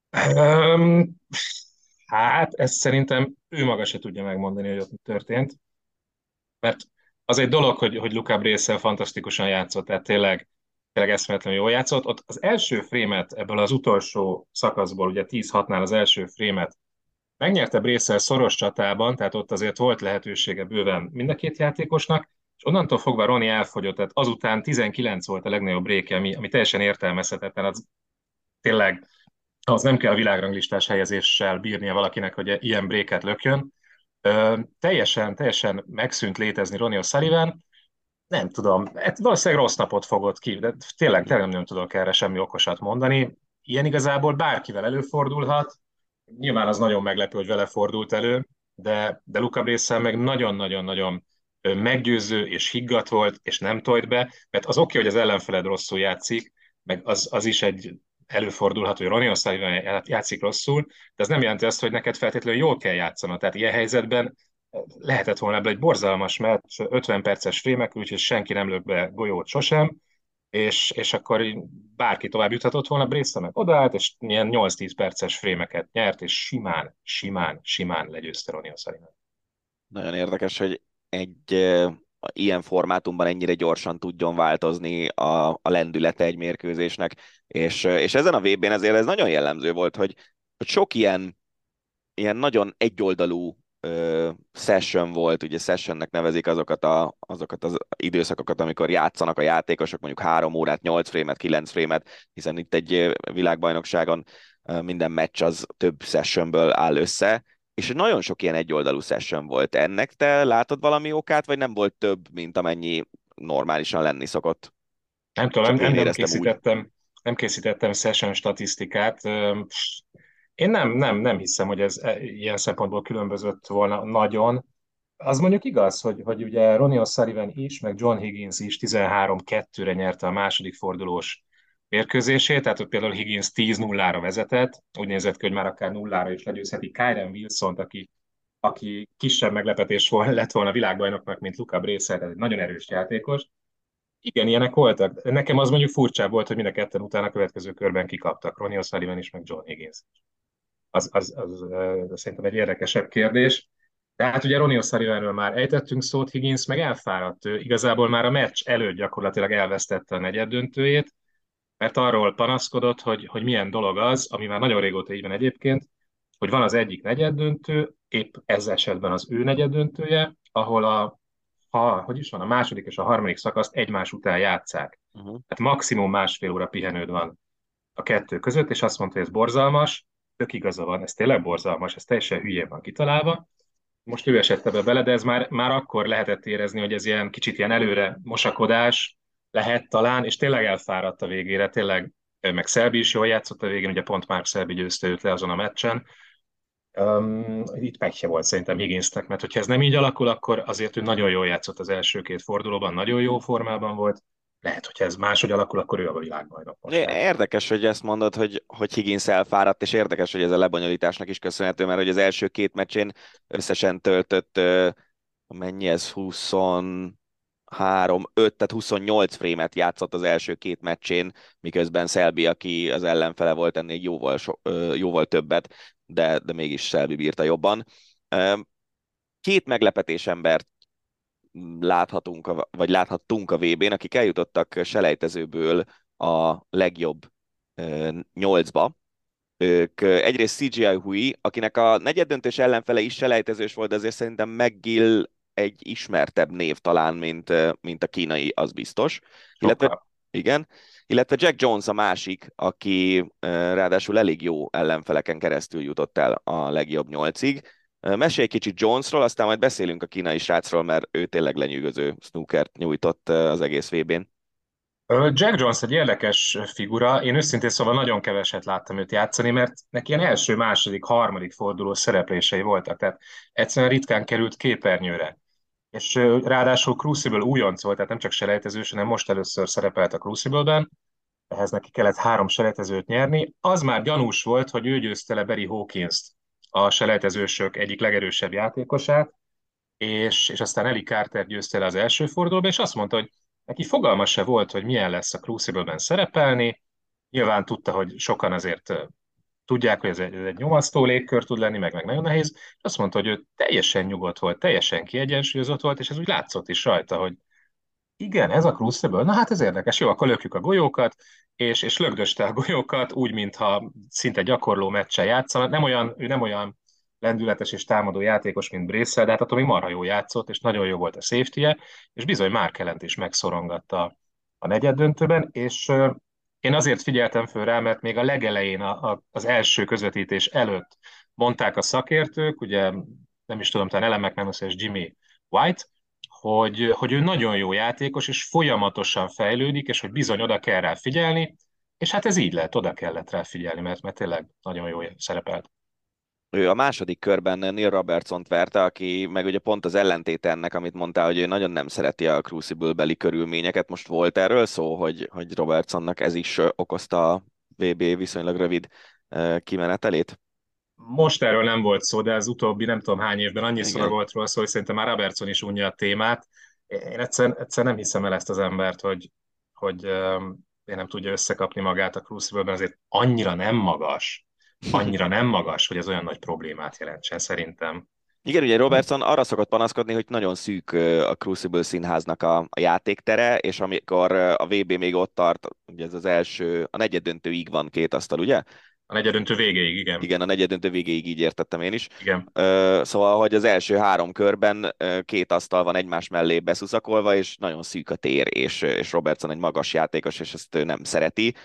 Hát, ezt szerintem ő maga se tudja megmondani, hogy ott mi történt, mert az egy dolog, hogy Luca Bracel fantasztikusan játszott, tehát tényleg eszméletlenül jól játszott. Ott az első frémet ebből az utolsó szakaszból, ugye 10-6-nál az első frémet megnyerte Bracel szoros csatában, tehát ott azért volt lehetősége bőven mind a két játékosnak, és onnantól fogva Ronnie elfogyott, tehát azután 19 volt a legnagyobb break, ami teljesen értelmezhetetlen, az tényleg az nem kell világranglistás helyezéssel bírnia valakinek, hogy ilyen bréket lökjön. Teljesen megszűnt létezni Ronnie O'Sullivan, nem tudom, valószínűleg rossz napot fogott ki, de tényleg nem tudok erre semmi okosat mondani. Ilyen igazából bárkivel előfordulhat, nyilván az nagyon meglepő, hogy vele fordult elő, de Luca Bracel meg nagyon-nagyon-nagyon meggyőző és higgadt volt, és nem tojt be, mert az oké, hogy az ellenfeled rosszul játszik, meg az is egy előfordulhat, hogy Ronnie O'Sullivan játszik rosszul, de ez nem jelenti azt, hogy neked feltétlenül jól kell játszanod. Tehát ilyen helyzetben lehetett volna ebből egy borzalmas meccs, 50 perces frémek, úgyhogy senki nem lök be golyót sosem, és akkor bárki tovább juthatott volna, Bracel meg odaállt, és ilyen 8-10 perces frémeket nyert, és simán legyőzte Ronnie O'Sullivan. Nagyon érdekes, hogy egy ilyen formátumban ennyire gyorsan tudjon változni a lendülete egy mérkőzésnek, és ezen a VB-n ezért ez nagyon jellemző volt, hogy sok ilyen nagyon egyoldalú session volt, ugye sessionnek nevezik azokat az időszakokat, amikor játszanak a játékosok, mondjuk 3 órát, 8 frémet, 9 frémet, hiszen itt egy világbajnokságon minden meccs az több sessionből áll össze, és nagyon sok ilyen egyoldalú session volt. Ennek te látod valami okát, vagy nem volt több, mint amennyi normálisan lenni szokott? Nem tudom, Csak én nem éreztem úgy. nem készítettem session statisztikát. Én nem hiszem, hogy ez ilyen szempontból különbözött volna nagyon. Az mondjuk igaz, hogy ugye Ronnie O'Sullivan is, meg John Higgins is 13-2-re nyerte a második fordulós mérkőzését, tehát ott például Higgins 10-0-ra vezetett, úgy nézett ki, hogy már akár 0-ra is legyőzheti Kyren Wilsont, aki kisebb meglepetés lett volna világbajnoknak, mint Luca Bracet, egy nagyon erős játékos. Igen, ilyenek voltak. Nekem az mondjuk furcsább volt, hogy mind a ketten utána a következő körben kikaptak, Ronnie O'Sullivan is, meg John Higgins. Az szerintem egy érdekesebb kérdés. Tehát ugye Ronnie O'Sullivanről már ejtettünk szót, Higgins meg elfáradt. Ő igazából már a meccs előtt gyakorlatilag elvesztette a negyeddöntőjét, mert arról panaszkodott, hogy milyen dolog az, ami már nagyon régóta így van egyébként, hogy van az egyik negyeddöntő, épp ez esetben az ő negyeddöntője, ahol hogy is van, a második és a harmadik szakaszt egymás után játsszák. Tehát maximum másfél óra pihenőd van a kettő között, és azt mondta, hogy ez borzalmas, tök igaza van, ez tényleg borzalmas, ez teljesen hülyén van kitalálva. Most ő esett ebbe bele, de ez már akkor lehetett érezni, hogy ez ilyen kicsit ilyen előre mosakodás lehet talán, és tényleg elfáradt a végére, tényleg, meg Selby is jól játszott a végén, ugye pont Mark Selby győzte őt le azon a meccsen. Itt pekje volt szerintem Higginsnek, mert hogyha ez nem így alakul, akkor azért ő nagyon jól játszott az első 2 fordulóban, nagyon jó formában volt. Lehet, hogyha ez máshogy alakul, akkor ő a világbajnok most. Érdekes, hogy ezt mondod, hogy Higgins elfáradt, és érdekes, hogy ez a lebonyolításnak is köszönhető, mert hogy az első 2 meccsén összesen töltött, mennyi ez, 5, tehát 28 frémet játszott az első 2 meccsén, miközben Selby, aki az ellenfele volt, ennél jóval többet, de mégis Selby bírta jobban. 2 meglepetés embert vagy láthattunk a VB-n, akik eljutottak selejtezőből a legjobb 8-ba. Ők egyrészt CGI Hui, akinek a negyeddöntős ellenfele is selejtezős volt, de azért szerintem McGill egy ismertebb név talán, mint a kínai, az biztos. Illetve Jack Jones a másik, aki ráadásul elég jó ellenfeleken keresztül jutott el a legjobb 8-ig. Mesélj kicsit Jonesról, aztán majd beszélünk a kínai srácról, mert ő tényleg lenyűgöző snookert nyújtott az egész VB-n. Jack Jones egy érdekes figura, én őszintén szóval nagyon keveset láttam őt játszani, mert neki ilyen első, második, harmadik forduló szereplései voltak, tehát egyszerűen ritkán került képernyőre. És ráadásul Crucible újonc volt, tehát nem csak selejtezős, hanem most először szerepelt a Crucible-ben, ehhez neki kellett 3 selejtezőt nyerni. Az már gyanús volt, hogy ő győzte le Barry Hawkins-t, a selejtezősök egyik legerősebb játékosát, és aztán Eli Carter győzte le az első fordulóban, és azt mondta, hogy neki fogalma se volt, hogy milyen lesz a Crucible-ben szerepelni. Nyilván tudta, hogy sokan azért tudják, hogy ez egy nyomasztó légkör tud lenni, meg nagyon nehéz. És azt mondta, hogy ő teljesen nyugodt volt, teljesen kiegyensúlyozott volt, és ez úgy látszott is rajta, hogy igen, ez a Crucible, na hát ez érdekes, jó, akkor lökjük a golyókat, és lögdöste a golyókat, úgy, mintha szinte gyakorló meccsen játszana. Ő nem olyan lendületes és támadó játékos, mint Bracel, de hát attól még marha jó játszott, és nagyon jó volt a safety-je, és bizony Mark Allent is megszorongatta a negyeddöntőben, és én azért figyeltem föl rá, mert még a legelején, az első közvetítés előtt mondták a szakértők, ugye nem is tudom, talán Ellen McManus és Jimmy White, hogy ő nagyon jó játékos, és folyamatosan fejlődik, és hogy bizony oda kell rá figyelni, és hát ez így lett, oda kellett rá figyelni, mert tényleg nagyon jó szerepelt. Ő a második körben Neil Robertsont verte, aki meg ugye pont az ellentéte ennek, amit mondtál, hogy ő nagyon nem szereti a Crucible-beli körülményeket. Most volt erről szó, hogy Robertsonnak ez is okozta a VB viszonylag rövid kimenetelét? Most erről nem volt szó, de az utóbbi nem tudom hány évben annyiszor volt róla szó, hogy szerintem már Robertson is unja a témát. Én egyszer nem hiszem el ezt az embert, hogy nem tudja összekapni magát a Crucible-ben, azért annyira nem magas, hogy ez olyan nagy problémát jelentsen szerintem. Igen, ugye Robertson arra szokott panaszkodni, hogy nagyon szűk a Crucible színháznak a játéktere, és amikor a VB még ott tart, ugye ez az első, a negyeddöntőig van 2 asztal, ugye? A negyeddöntő végéig, igen. Igen, a negyeddöntő végéig így értettem én is. Igen. Szóval, hogy az első 3 körben 2 asztal van egymás mellé beszuszakolva, és nagyon szűk a tér, és Robertson egy magas játékos, és ezt ő nem szereti.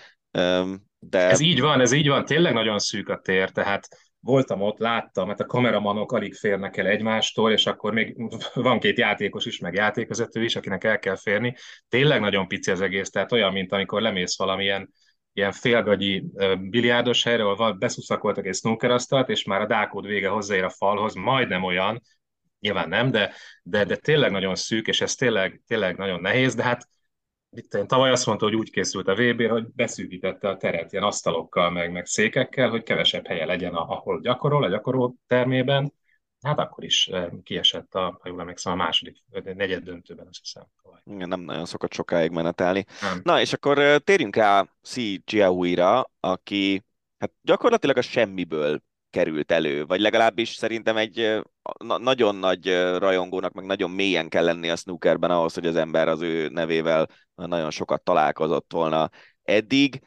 De Ez így van, tényleg nagyon szűk a tér, tehát voltam ott, láttam, mert a kameramanok alig férnek el egymástól, és akkor még van 2 játékos is, meg játékvezető is, akinek el kell férni. Tényleg nagyon pici az egész, tehát olyan, mint amikor lemész valamilyen ilyen félgagyi biliárdos helyre, ahol beszuszakoltak egy snookerasztalt, és már a dákód vége hozzáér a falhoz, majdnem olyan, nyilván nem, de tényleg nagyon szűk, és ez tényleg nagyon nehéz, de hát tavaly azt mondta, hogy úgy készült a VB-re, hogy beszűkítette a teret ilyen asztalokkal, meg székekkel, hogy kevesebb helye legyen, ahol gyakorol, a gyakorló termében. Hát akkor is kiesett ha jól emlékszem, a második, negyed döntőben, azt hiszem. igen, nem nagyon szokott sokáig menetelni. Nem. Na, és akkor térjünk rá Si Jiahui-ra, aki hát gyakorlatilag a semmiből került elő, vagy legalábbis szerintem egy nagyon nagy rajongónak, meg nagyon mélyen kell lenni a snookerben ahhoz, hogy az ember az ő nevével nagyon sokat találkozott volna eddig.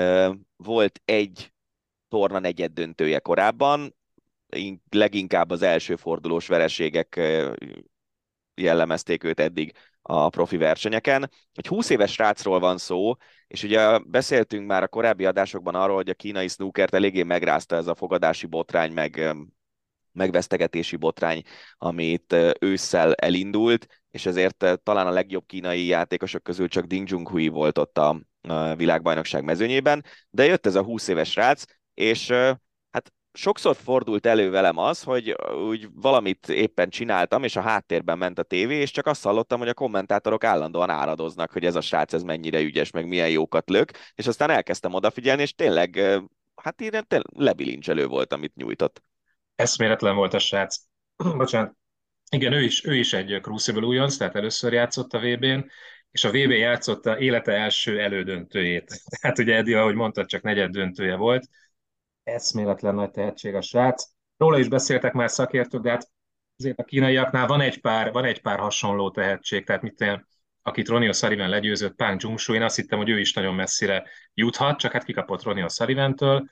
Volt egy torna negyed döntője korábban, leginkább az első fordulós vereségek jellemezték őt eddig a profi versenyeken. Egy 20 éves srácról van szó, és ugye beszéltünk már a korábbi adásokban arról, hogy a kínai snookert eléggé megrázta ez a fogadási botrány, meg megvesztegetési botrány, amit ősszel elindult, és ezért talán a legjobb kínai játékosok közül csak Ding Junhui volt ott a világbajnokság mezőnyében, de jött ez a 20 éves srác, és hát sokszor fordult elő velem az, hogy úgy valamit éppen csináltam, és a háttérben ment a tévé, és csak azt hallottam, hogy a kommentátorok állandóan áradoznak, hogy ez a srác ez mennyire ügyes, meg milyen jókat lök, és aztán elkezdtem odafigyelni, és tényleg, hát ilyen lebilincselő volt, amit nyújtott. Eszméletlen volt a srác. Bocsánat. Igen, ő is egy Crucible újonc, tehát először játszott a VB-n, és a VB-n játszotta élete első elődöntőjét. Tehát ugye Edi, ahogy mondtad, csak negyed döntője volt. Eszméletlen nagy tehetség a srác. Róla is beszéltek már szakértők, de hát azért a kínaiaknál van egy pár hasonló tehetség, tehát akit Ronnie O'Sullivan legyőzött, Pang Jungshu, én azt hittem, hogy ő is nagyon messzire juthat, csak hát kikapott Ronnie O'Sullivantől.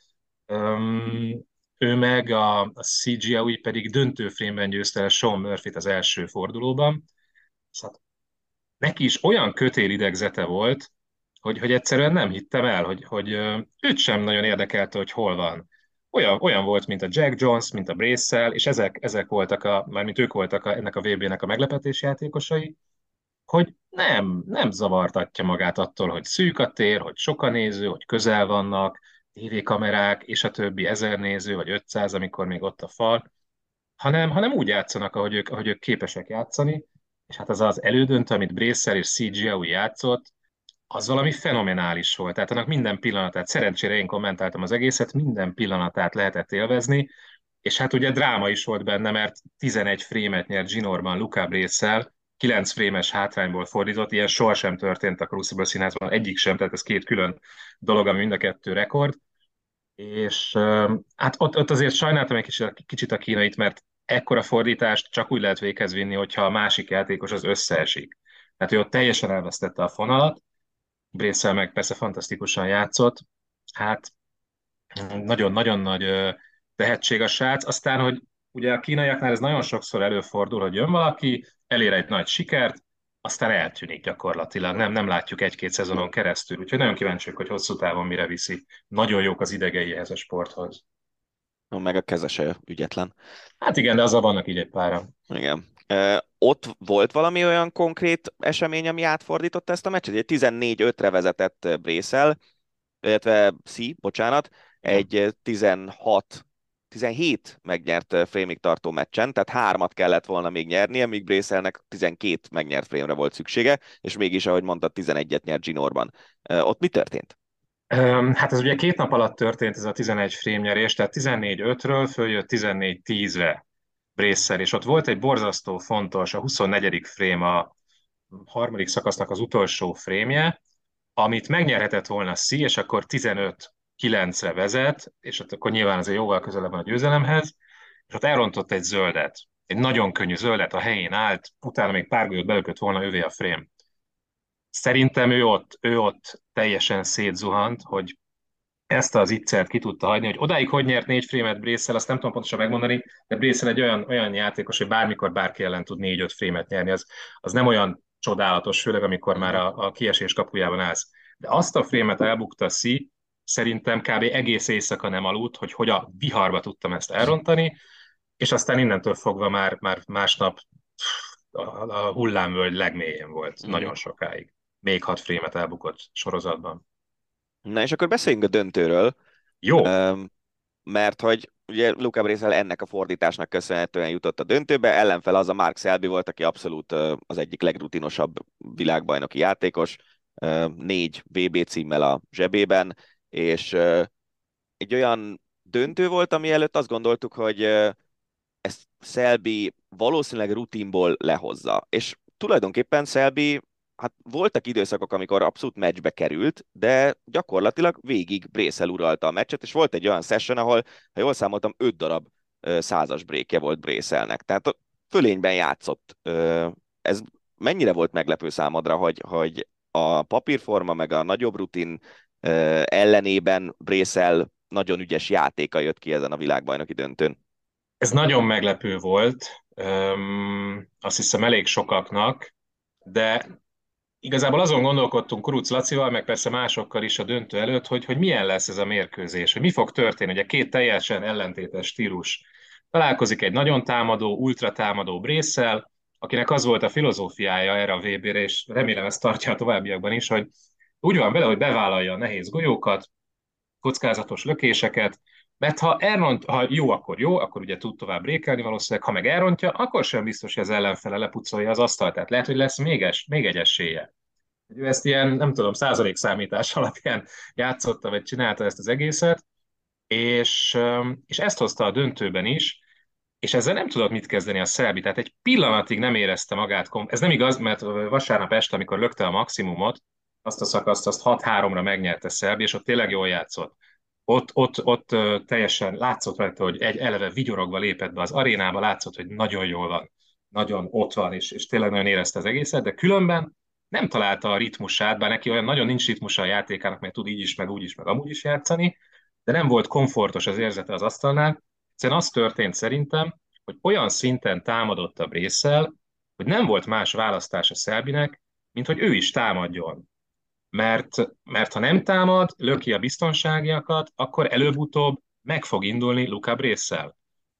Ő meg a CGI pedig döntőfrémben győzte el Sean Murphyt az első fordulóban. Szóval neki is olyan kötélidegzete volt, hogy egyszerűen nem hittem el, hogy őt sem nagyon érdekelte, hogy hol van. Olyan volt, mint a Jack Jones, mint a Bracewell, és ezek voltak mármint ők voltak ennek a VB-nek a meglepetés játékosai, hogy nem zavartatja magát attól, hogy szűk a tér, hogy sok a néző, hogy közel vannak, tévékamerák, és a többi 1000 néző, vagy 500, amikor még ott a fal, hanem úgy játszanak, ahogy ők képesek játszani, és hát az elődöntő, amit Bracewell és CGI játszott, az valami fenomenális volt. Tehát annak minden pillanatát, szerencsére én kommentáltam az egészet, minden pillanatát lehetett élvezni, és hát ugye dráma is volt benne, mert 11 frémet nyert zsinórban Luca Bracewell, 9 frémes hátrányból fordított, ilyen sohasem történt a Crucible színházban, egyik sem, tehát ez 2 külön dolog, ami mind a 2 rekord. És hát ott azért sajnáltam egy kicsit a kínait, mert ekkora fordítást csak úgy lehet véghez vinni, hogyha a másik játékos az összeesik. Tehát ő ott teljesen elvesztette a fonalat, Bracewell meg persze fantasztikusan játszott, hát nagyon-nagyon nagy tehetség a srác. Aztán, hogy ugye a kínaiaknál ez nagyon sokszor előfordul, hogy jön valaki, elér egy nagy sikert, aztán eltűnik gyakorlatilag, nem látjuk 1-2 szezonon keresztül, úgyhogy nagyon kíváncsiak, hogy hosszú távon mire viszi. Nagyon jók az idegei ehhez a sporthoz. Meg a keze se ügyetlen. Hát igen, de azzal vannak így egy pára. Igen. Ott volt valami olyan konkrét esemény, ami átfordította ezt a meccset? Egy 14-5-re vezetett Bracewell, illetve bocsánat, egy 17 megnyert frémig tartó meccsen, tehát 3-at kellett volna még nyernie, míg Bracewellnek 12 megnyert frémre volt szüksége, és mégis, ahogy mondtad, 11-et nyert zsinórban. Ott mi történt? Hát ez ugye 2 nap alatt történt ez a 11 frémnyerés, tehát 14-5-ről följött 14-10-re Bracewell, és ott volt egy borzasztó fontos, a 24. frém, a harmadik szakasznak az utolsó frémje, amit megnyerhetett volna Si, és akkor 15-9-re vezet, és ott akkor nyilván azért jóval közelebb van a győzelemhez, és ott elrontott egy zöldet, egy nagyon könnyű zöldet, a helyén állt, utána még pár golyót belökött volna ővé a frém. Szerintem ő ott teljesen szétzuhant, hogy ezt az iccert ki tudta hagyni, hogy odáig hogy nyert 4 frémet Brészel, azt nem tudom pontosan megmondani, de Brészel egy olyan játékos, hogy bármikor bárki ellen tud 4-5 frémet nyerni, az nem olyan csodálatos, főleg amikor már a kiesés kapujában állsz. De azt a frémet elbukta Szí, szerintem kb. Egész éjszaka nem aludt, hogy a viharba tudtam ezt elrontani, és aztán innentől fogva már másnap a hullámvölgy legmélyén volt nagyon sokáig. Még 6 frémet elbukott sorozatban. Na és akkor beszéljünk a döntőről, Jó, mert hogy ugye Luca Brecel ennek a fordításnak köszönhetően jutott a döntőbe, ellenfel az a Mark Selby volt, aki abszolút az egyik legrutinosabb világbajnoki játékos, 4 VB címmel a zsebében, és egy olyan döntő volt, ami előtt azt gondoltuk, hogy ezt Selby valószínűleg rutinból lehozza. És tulajdonképpen Selby, hát voltak időszakok, amikor abszolút meccsbe került, de gyakorlatilag végig Brecel uralta a meccset, és volt egy olyan session, ahol, ha jól számoltam, 5 darab százas breakje volt Brecelnek. Tehát fölényben játszott. Ez mennyire volt meglepő számodra, hogy a papírforma meg a nagyobb rutin ellenében Brecel nagyon ügyes játéka jött ki ezen a világbajnoki döntőn? ez nagyon meglepő volt, azt hiszem elég sokaknak, de igazából azon gondolkodtunk Kuruc Lacival, meg persze másokkal is a döntő előtt, hogy milyen lesz ez a mérkőzés, hogy mi fog történni. Ugye két teljesen ellentétes stílus találkozik, egy nagyon támadó, ultra támadó Brésszel, akinek az volt a filozófiája erre a VB-re, és remélem ezt tartja a továbbiakban is, hogy úgy van vele, hogy bevállalja a nehéz golyókat, kockázatos lökéseket, mert ha jó, akkor ugye tud tovább brékelni valószínűleg, ha meg elrontja, akkor sem biztos, hogy az ellenfele lepucolja az asztalt. Tehát lehet, hogy lesz még egy esélye. Ő ezt ilyen, nem tudom, százalékszámítás alapján játszotta, vagy csinálta ezt az egészet, és ezt hozta a döntőben is, és ezzel nem tudott mit kezdeni a Selby, tehát egy pillanatig nem érezte magát, ez nem igaz, mert vasárnap este, amikor lökte a maximumot, azt a szakaszt, azt 6-3-ra megnyerte Selby, és ott tényleg jól játszott. Ott teljesen látszott rajta, hogy egy eleve vigyorogva lépett be az arénába, látszott, hogy nagyon jól van, nagyon ott van, és tényleg nagyon érezte az egészet, de különben nem találta a ritmusát, bár neki olyan nagyon nincs ritmusa a játékának, mert tud így is, meg úgy is, meg amúgy is játszani, de nem volt komfortos az érzete az asztalnál. Egyszerűen az történt szerintem, hogy olyan szinten támadott a Brésszel, hogy nem volt más választás a Selbynek, mint hogy ő is támadjon. Mert ha nem támad, löki a biztonságiakat, akkor előbb-utóbb meg fog indulni Luca Brésszel.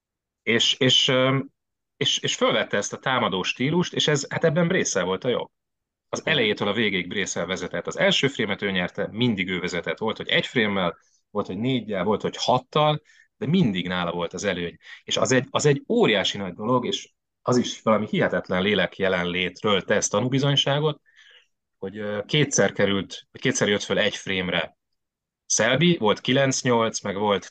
És fölvette ezt a támadó stílust, és hát ebben Brésszel volt a jobb. Az elejétől a végéig Brésszel vezetett. Az első frémet ő nyerte, mindig ő vezetett. Volt, hogy egy frémmel, volt, hogy 4-jel, volt, hogy 6-tal, de mindig nála volt az előny. És az egy óriási nagy dolog, és az is valami hihetetlen lélek jelenlétről tesz tanúbizonyságot, hogy kétszer jött föl egy frémre Selby, volt 9-8, meg volt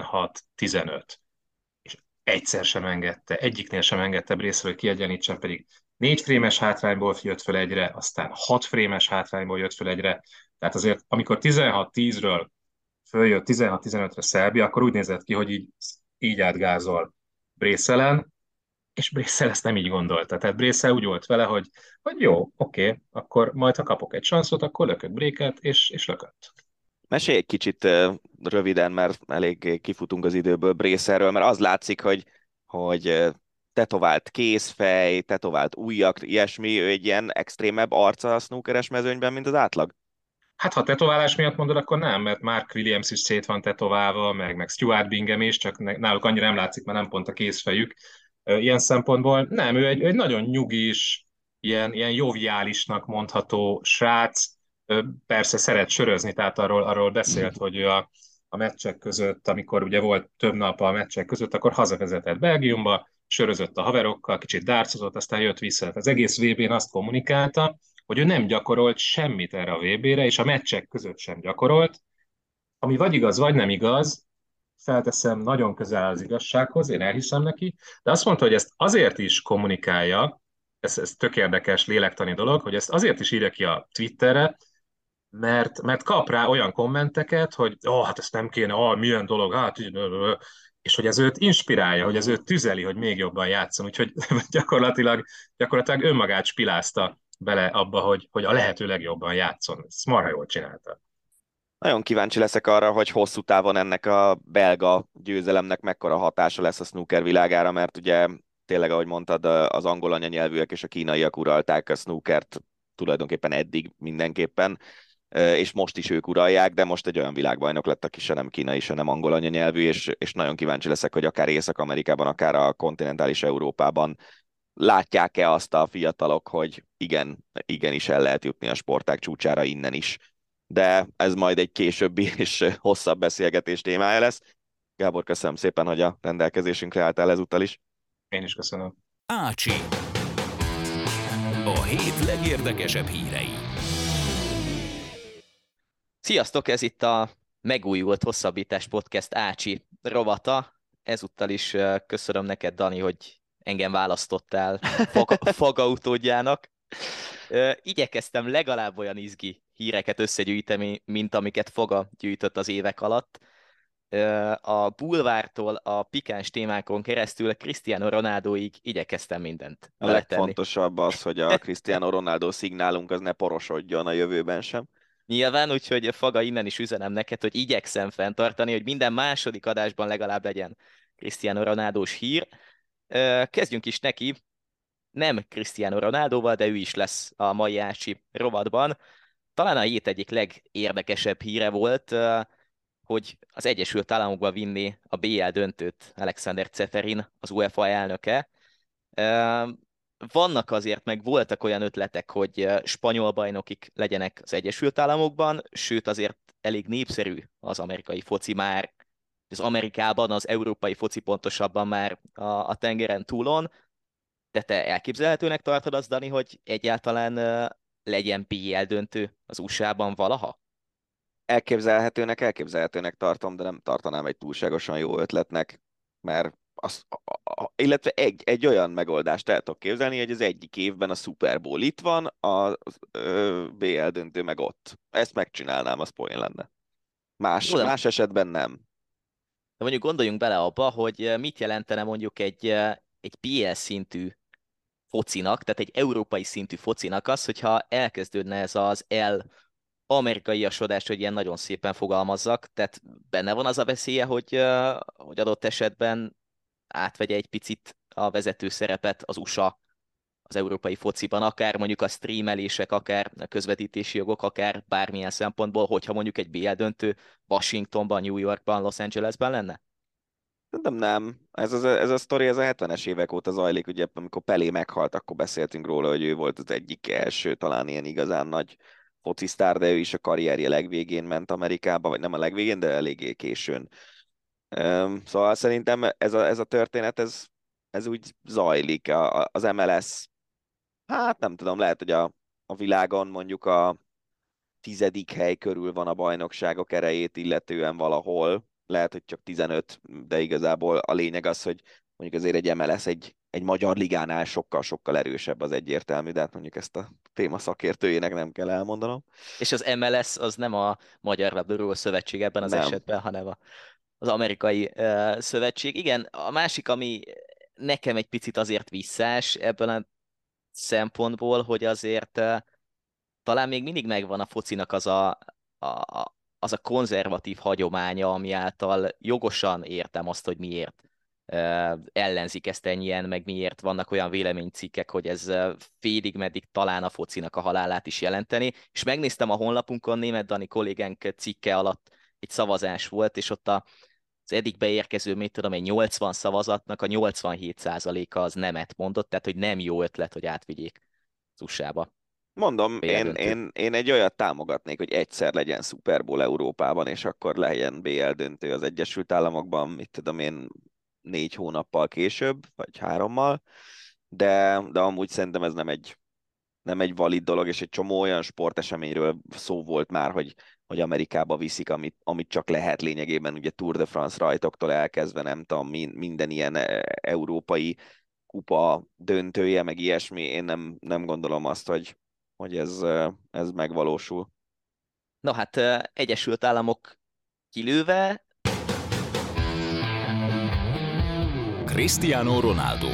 16-15. És egyszer sem engedte, egyiknél sem engedte Brészről, hogy kiegyenlítsen, pedig 4 frémes hátrányból jött föl egyre, aztán 6 frémes hátrányból jött föl egyre. Tehát azért, amikor 16-10-ről följött 16-15-re Selby, akkor úgy nézett ki, hogy így átgázol Brészelen, és Brésszel ezt nem így gondolta. Tehát Brésszel úgy volt vele, hogy jó, oké, akkor majd ha kapok egy sanszot, akkor lökök bréket, és lökött. Mesélj egy kicsit röviden, mert elég kifutunk az időből Brécelről, mert az látszik, hogy tetovált kézfej, tetovált ujjak, ilyesmi, ő egy ilyen extrémebb arca a snookeres mezőnyben, mint az átlag? Hát ha tetoválás miatt mondod, akkor nem, mert Mark Williams is szét van tetoválva, meg Stuart Bingham is, csak náluk annyira nem látszik, mert nem pont a kézfejük. Ilyen szempontból nem, ő egy nagyon nyugis, ilyen joviálisnak mondható srác, persze szeret sörözni, tehát arról beszélt, hogy ő a meccsek között, amikor ugye volt több nap a meccsek között, akkor hazavezetett Belgiumba, sörözött a haverokkal, kicsit dárcozott, aztán jött vissza. Az egész VB-n azt kommunikálta, hogy ő nem gyakorolt semmit erre a VB-re, és a meccsek között sem gyakorolt, ami vagy igaz, vagy nem igaz, felteszem nagyon közel az igazsághoz, én elhiszem neki, de azt mondta, hogy ezt azért is kommunikálja, ez tök érdekes lélektani dolog, hogy ezt azért is írja ki a Twitterre, mert kap rá olyan kommenteket, hogy hát ezt nem kéne, milyen dolog, és hogy ez őt inspirálja, hogy ez őt tüzeli, hogy még jobban játszon, úgyhogy gyakorlatilag önmagát spilázta bele abba, hogy a lehető legjobban játszon. Ezt marha jól csinálta. Nagyon kíváncsi leszek arra, hogy hosszú távon ennek a belga győzelemnek mekkora hatása lesz a snooker világára, mert ugye tényleg, ahogy mondtad, az angol anyanyelvűek és a kínaiak uralták a snookert tulajdonképpen eddig mindenképpen, és most is ők uralják, de most egy olyan világbajnok lett, aki se nem kínai, se nem angol anyanyelvű, és nagyon kíváncsi leszek, hogy akár Észak-Amerikában, akár a kontinentális Európában látják-e azt a fiatalok, hogy igen, igenis el lehet jutni a sportág csúcsára innen is. De ez majd egy későbbi és hosszabb beszélgetés témája lesz. Gábor, köszönöm szépen, hogy a rendelkezésünkre álltál ezúttal is. Én is köszönöm. Ácsi. A hét legérdekesebb hírei. Sziasztok, ez itt a megújult Hosszabbítás Podcast Ácsi rovata. Ezúttal is köszönöm neked, Dani, hogy engem választottál Faga utódjának. Igyekeztem legalább olyan izgi híreket összegyűjteni, mint amiket Faga gyűjtött az évek alatt. A bulvártól a pikáns témákon keresztül Cristiano Ronaldoig igyekeztem mindent A legfontosabb az, hogy a Cristiano Ronaldo szignálunk az ne porosodjon a jövőben sem. Nyilván, úgyhogy Faga, innen is üzenem neked, hogy igyekszem fenntartani, hogy minden második adásban legalább legyen Cristiano Ronaldos hír. Kezdjünk is neki, nem Cristiano Ronaldoval, de ő is lesz a mai Ácsi rovatban. Talán a hét egyik legérdekesebb híre volt, hogy az Egyesült Államokba vinni a BL döntőt Alexander Ceferin, az UEFA elnöke. Vannak azért, meg voltak olyan ötletek, hogy spanyol bajnokik legyenek az Egyesült Államokban, sőt azért elég népszerű az amerikai foci már, az Amerikában, az európai foci pontosabban már a tengeren túlon. De te elképzelhetőnek tartod azt, Dani, hogy egyáltalán legyen BL döntő az USA-ban valaha? Elképzelhetőnek tartom, de nem tartanám egy túlságosan jó ötletnek, mert illetve egy olyan megoldást el tudok képzelni, hogy az egyik évben a Super Bowl itt van, a BL döntő meg ott. Ezt megcsinálnám, az poén lenne. Más esetben nem. De mondjuk gondoljunk bele abba, hogy mit jelentene mondjuk egy BL szintű focinak, tehát egy európai szintű focinak az, hogyha elkezdődne ez az amerikaiasodás, hogy ilyen nagyon szépen fogalmazzak, tehát benne van az a veszélye, hogy adott esetben átvegye egy picit a vezető szerepet az USA az európai fociban, akár mondjuk a streamelések, akár a közvetítési jogok, akár bármilyen szempontból, hogyha mondjuk egy BL döntő Washingtonban, New Yorkban, Los Angelesben lenne? Nem. Ez a sztori, ez a 70-es évek óta zajlik, ugye amikor Pelé meghalt, akkor beszéltünk róla, hogy ő volt az egyik első, talán ilyen igazán nagy focisztár, de ő is a karrierje legvégén ment Amerikába, vagy nem a legvégén, de eléggé későn. Szóval szerintem ez a történet, ez úgy zajlik. Az MLS, hát nem tudom, lehet, hogy a világon mondjuk a 10. hely körül van a bajnokságok erejét illetően valahol, lehet, hogy csak 15, de igazából a lényeg az, hogy mondjuk azért egy MLS egy magyar ligánál sokkal-sokkal erősebb, az egyértelmű, de hát mondjuk ezt a téma szakértőjének nem kell elmondanom. És az MLS az nem a Magyar Labdarúgó Szövetség ebben az esetben, hanem az amerikai szövetség. Igen, a másik, ami nekem egy picit azért visszás ebből a szempontból, hogy azért talán még mindig megvan a focinak az a konzervatív hagyománya, ami által jogosan értem azt, hogy miért ellenzik ezt ennyien, meg miért vannak olyan véleménycikkek, hogy ez félig meddig talán a focinak a halálát is jelenteni. És megnéztem a honlapunkon, Németh Dani kollégánk cikke alatt egy szavazás volt, és ott az eddig beérkező, mit tudom, egy 80 szavazatnak a 87%-a az nemet mondott, tehát hogy nem jó ötlet, hogy átvigyék az USA-ba. Mondom, én egy olyat támogatnék, hogy egyszer legyen Super Bowl Európában, és akkor legyen BL döntő az Egyesült Államokban, mit tudom én, 4 hónappal később, vagy 3-mal, de amúgy szerintem ez nem egy valid dolog, és egy csomó olyan sporteseményről szó volt már, hogy Amerikába viszik, amit csak lehet lényegében, ugye Tour de France rajtoktól elkezdve, nem tudom, minden ilyen európai kupa döntője, meg ilyesmi, én nem gondolom azt, hogy ez megvalósul. Na hát, Egyesült Államok kilőve. Cristiano Ronaldo.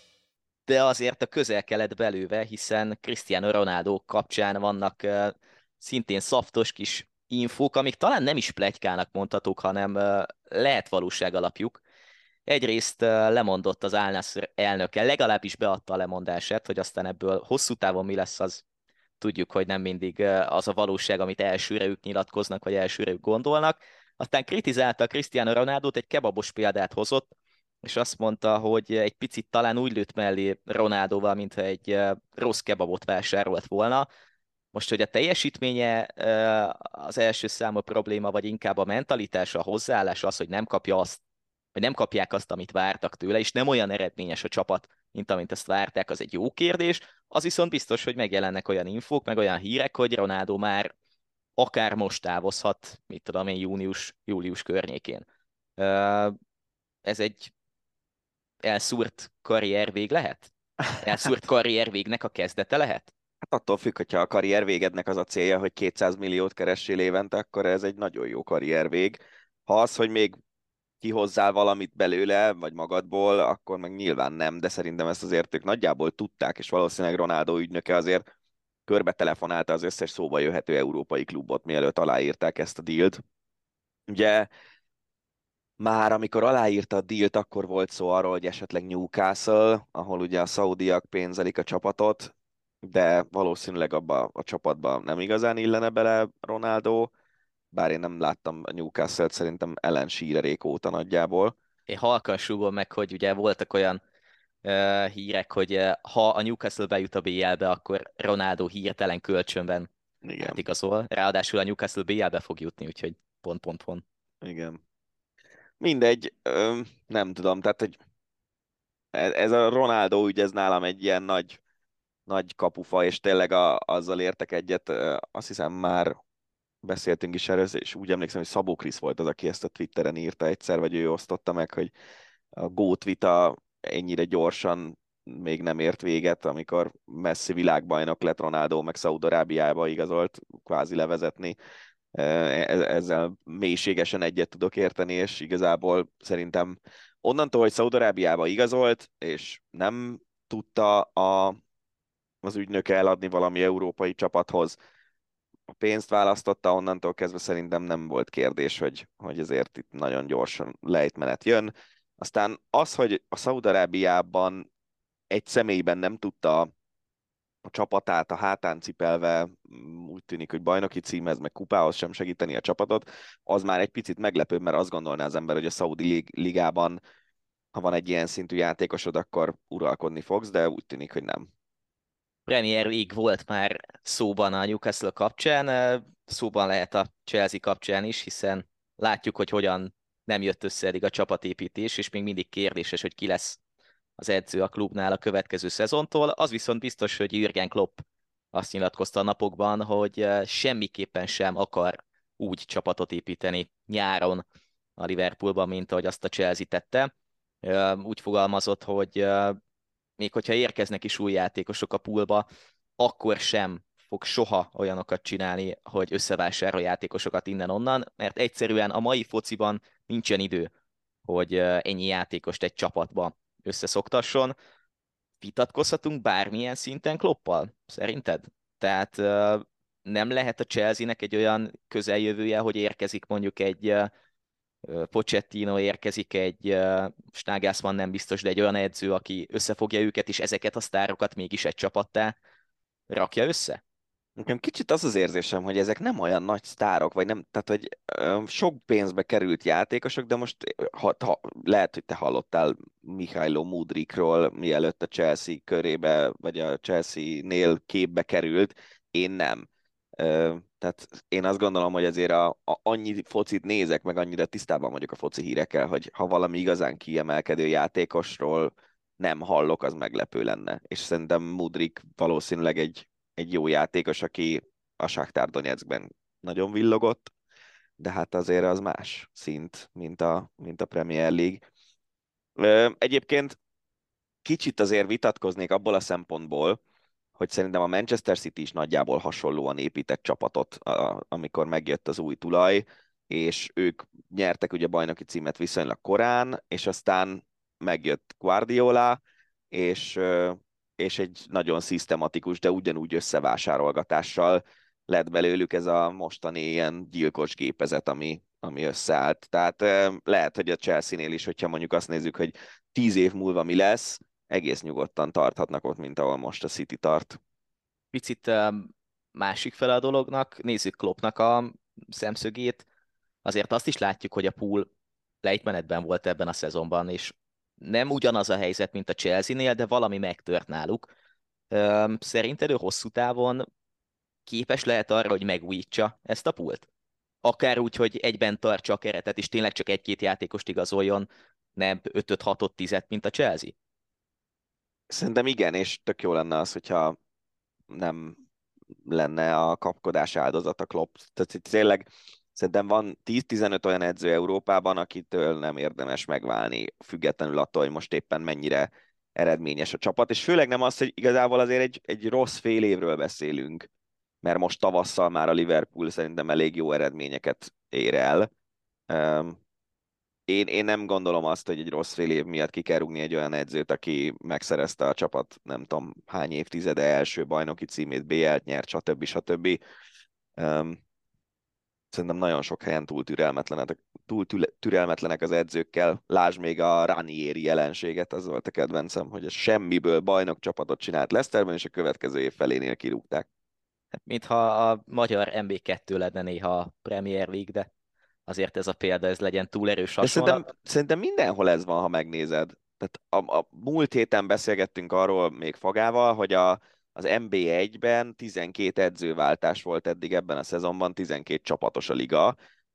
De azért a Közel-Kelet belőve, hiszen Cristiano Ronaldo kapcsán vannak szintén szaftos kis infók, amik talán nem is pletykának mondhatók, hanem lehet valóság alapjuk. Egyrészt lemondott az Al Nassr elnöke, legalábbis beadta a lemondását, hogy aztán ebből hosszú távon mi lesz, az tudjuk, hogy nem mindig az a valóság, amit elsőre ők nyilatkoznak, vagy elsőre ők gondolnak. Aztán kritizálta Cristiano Ronaldot, egy kebabos példát hozott, és azt mondta, hogy egy picit talán úgy lőtt mellé Ronaldoval, mintha egy rossz kebabot vásárolt volna. Most, hogy a teljesítménye az első számú probléma, vagy inkább a mentalitása, a hozzáállása az, hogy nem kapja azt, vagy nem kapják azt, amit vártak tőle, és nem olyan eredményes a csapat, mint amint ezt várták, az egy jó kérdés. Az viszont biztos, hogy megjelennek olyan infók, meg olyan hírek, hogy Ronaldo már akár most távozhat, mit tudom én, július környékén. Ez egy elszúrt karriervég lehet? Elszúrt karriervégnek a kezdete lehet? Hát attól függ, hogyha a karrier végednek az a célja, hogy 200 milliót keressél évente, akkor ez egy nagyon jó karriervég. Ha az, hogy még kihozzál valamit belőle, vagy magadból, akkor meg nyilván nem, de szerintem ezt azért ők nagyjából tudták, és valószínűleg Ronaldo ügynöke azért körbe telefonálta az összes szóba jöhető európai klubot, mielőtt aláírták ezt a dílt. Ugye már amikor aláírta a dílt, akkor volt szó arról, hogy esetleg Newcastle, ahol ugye a szaudiak pénzelik a csapatot, de valószínűleg abba a csapatba nem igazán illene bele Ronaldo, bár én nem láttam a Newcastle-t szerintem Alan Shearer óta nagyjából. Én halkan súgom meg, hogy ugye voltak olyan hírek, hogy ha a Newcastle bejut a BL-be, akkor Ronaldo hirtelen kölcsönben Igen, igazol. Ráadásul a Newcastle BL-be fog jutni, úgyhogy pont. igen. Mindegy, nem tudom, tehát hogy ez a Ronaldo ügy, ez nálam egy ilyen nagy kapufa, és tényleg azzal értek egyet, azt hiszem már beszéltünk is erről, és úgy emlékszem, hogy Szabó Krisz volt az, aki ezt a Twitteren írta egyszer, vagy ő osztotta meg, hogy a GOAT vita ennyire gyorsan még nem ért véget, amikor Messi világbajnok lett, Ronaldo meg Szaúd-Arábiába igazolt kvázi levezetni. Ezzel mélységesen egyet tudok érteni, és igazából szerintem onnantól, hogy Szaúd-Arábiába igazolt, és nem tudta az ügynöke eladni valami európai csapathoz, a pénzt választotta, onnantól kezdve szerintem nem volt kérdés, hogy ezért itt nagyon gyorsan lejtmenet jön. Aztán az, hogy a Szaúd-Arábiában egy személyben nem tudta a csapatát a hátán cipelve, úgy tűnik, hogy bajnoki címhez, meg kupához sem segíteni a csapatot, az már egy picit meglepőbb, mert azt gondolná az ember, hogy a Szaudi ligában, ha van egy ilyen szintű játékosod, akkor uralkodni fogsz, de úgy tűnik, hogy nem. Premier League volt már szóban a Newcastle kapcsán, szóban lehet a Chelsea kapcsán is, hiszen látjuk, hogy hogyan nem jött össze eddig a csapatépítés, és még mindig kérdéses, hogy ki lesz az edző a klubnál a következő szezontól. Az viszont biztos, hogy Jürgen Klopp azt nyilatkozta a napokban, hogy semmiképpen sem akar úgy csapatot építeni nyáron a Liverpoolban, mint ahogy azt a Chelsea tette. Úgy fogalmazott, hogy még hogyha érkeznek is új játékosok a poolba, akkor sem fog soha olyanokat csinálni, hogy összevásárol játékosokat innen-onnan, mert egyszerűen a mai fociban nincsen idő, hogy ennyi játékost egy csapatba összeszoktasson. Vitatkozhatunk bármilyen szinten Kloppal, szerinted? Tehát nem lehet a Chelsea-nek egy olyan közeljövője, hogy érkezik mondjuk egy Pochettino, érkezik egy Nagelsmann, nem biztos, de egy olyan edző, aki összefogja őket, és ezeket a sztárokat mégis egy csapattá rakja össze? Nekem kicsit az az érzésem, hogy ezek nem olyan nagy sztárok, vagy nem, tehát hogy sok pénzbe került játékosok, de most lehet, hogy te hallottál Mihailo Mudrikról, mielőtt a Chelsea körébe, vagy a Chelsea-nél képbe került, én nem. Tehát én azt gondolom, hogy azért annyi focit nézek, meg annyira tisztában vagyok a foci hírekkel, hogy ha valami igazán kiemelkedő játékosról nem hallok, az meglepő lenne. És szerintem Mudrik valószínűleg egy jó játékos, aki a Shakhtar Donetskben nagyon villogott, de hát azért az más szint, mint a Premier League. Egyébként kicsit azért vitatkoznék abból a szempontból, hogy szerintem a Manchester City is nagyjából hasonlóan épített csapatot, amikor megjött az új tulaj, és ők nyertek ugye bajnoki címet viszonylag korán, és aztán megjött Guardiola, és egy nagyon szisztematikus, de ugyanúgy összevásárolgatással lett belőlük ez a mostani ilyen gyilkos gépezet, ami összeállt. Tehát lehet, hogy a Chelsea-nél is, hogyha mondjuk azt nézzük, hogy 10 év múlva mi lesz, egész nyugodtan tarthatnak ott, mint ahol most a City tart. Picit másik fele a dolognak, nézzük Kloppnak a szemszögét, azért azt is látjuk, hogy a pool lejtmenetben volt ebben a szezonban, és nem ugyanaz a helyzet, mint a Chelsea-nél, de valami megtört náluk. Szerinted ő hosszú távon képes lehet arra, hogy megújítsa ezt a pult? Akár úgy, hogy egyben tartsa a keretet, és tényleg csak egy-két játékost igazoljon, nem 5-6-10, mint a Chelsea? Szerintem igen, és tök jó lenne az, hogyha nem lenne a kapkodás áldozata Klopp. Tehát itt tényleg szerintem van 10-15 olyan edző Európában, akitől nem érdemes megválni, függetlenül attól, hogy most éppen mennyire eredményes a csapat, és főleg nem az, hogy igazából azért egy rossz fél évről beszélünk, mert most tavasszal már a Liverpool szerintem elég jó eredményeket ér el. Én nem gondolom azt, hogy egy rossz fél év miatt ki kell rúgni egy olyan edzőt, aki megszerezte a csapat nem tudom hány évtizede első bajnoki címét, BL-t nyert, stb. Szerintem nagyon sok helyen túl türelmetlenek az edzőkkel. Lásd még a Ranieri jelenséget, az volt a kedvencem, hogy a semmiből bajnok csapatot csinált Leicesterben, és a következő év felénél kirúgták. Hát, mintha a magyar MB2 lenne néha a Premier League, de azért ez a példa, ez legyen túl erős De hasonlat. szerintem mindenhol ez van, ha megnézed. Tehát a múlt héten beszélgettünk arról még Fagával, hogy az NB1-ben 12 edzőváltás volt eddig ebben a szezonban, 12 csapatos a liga.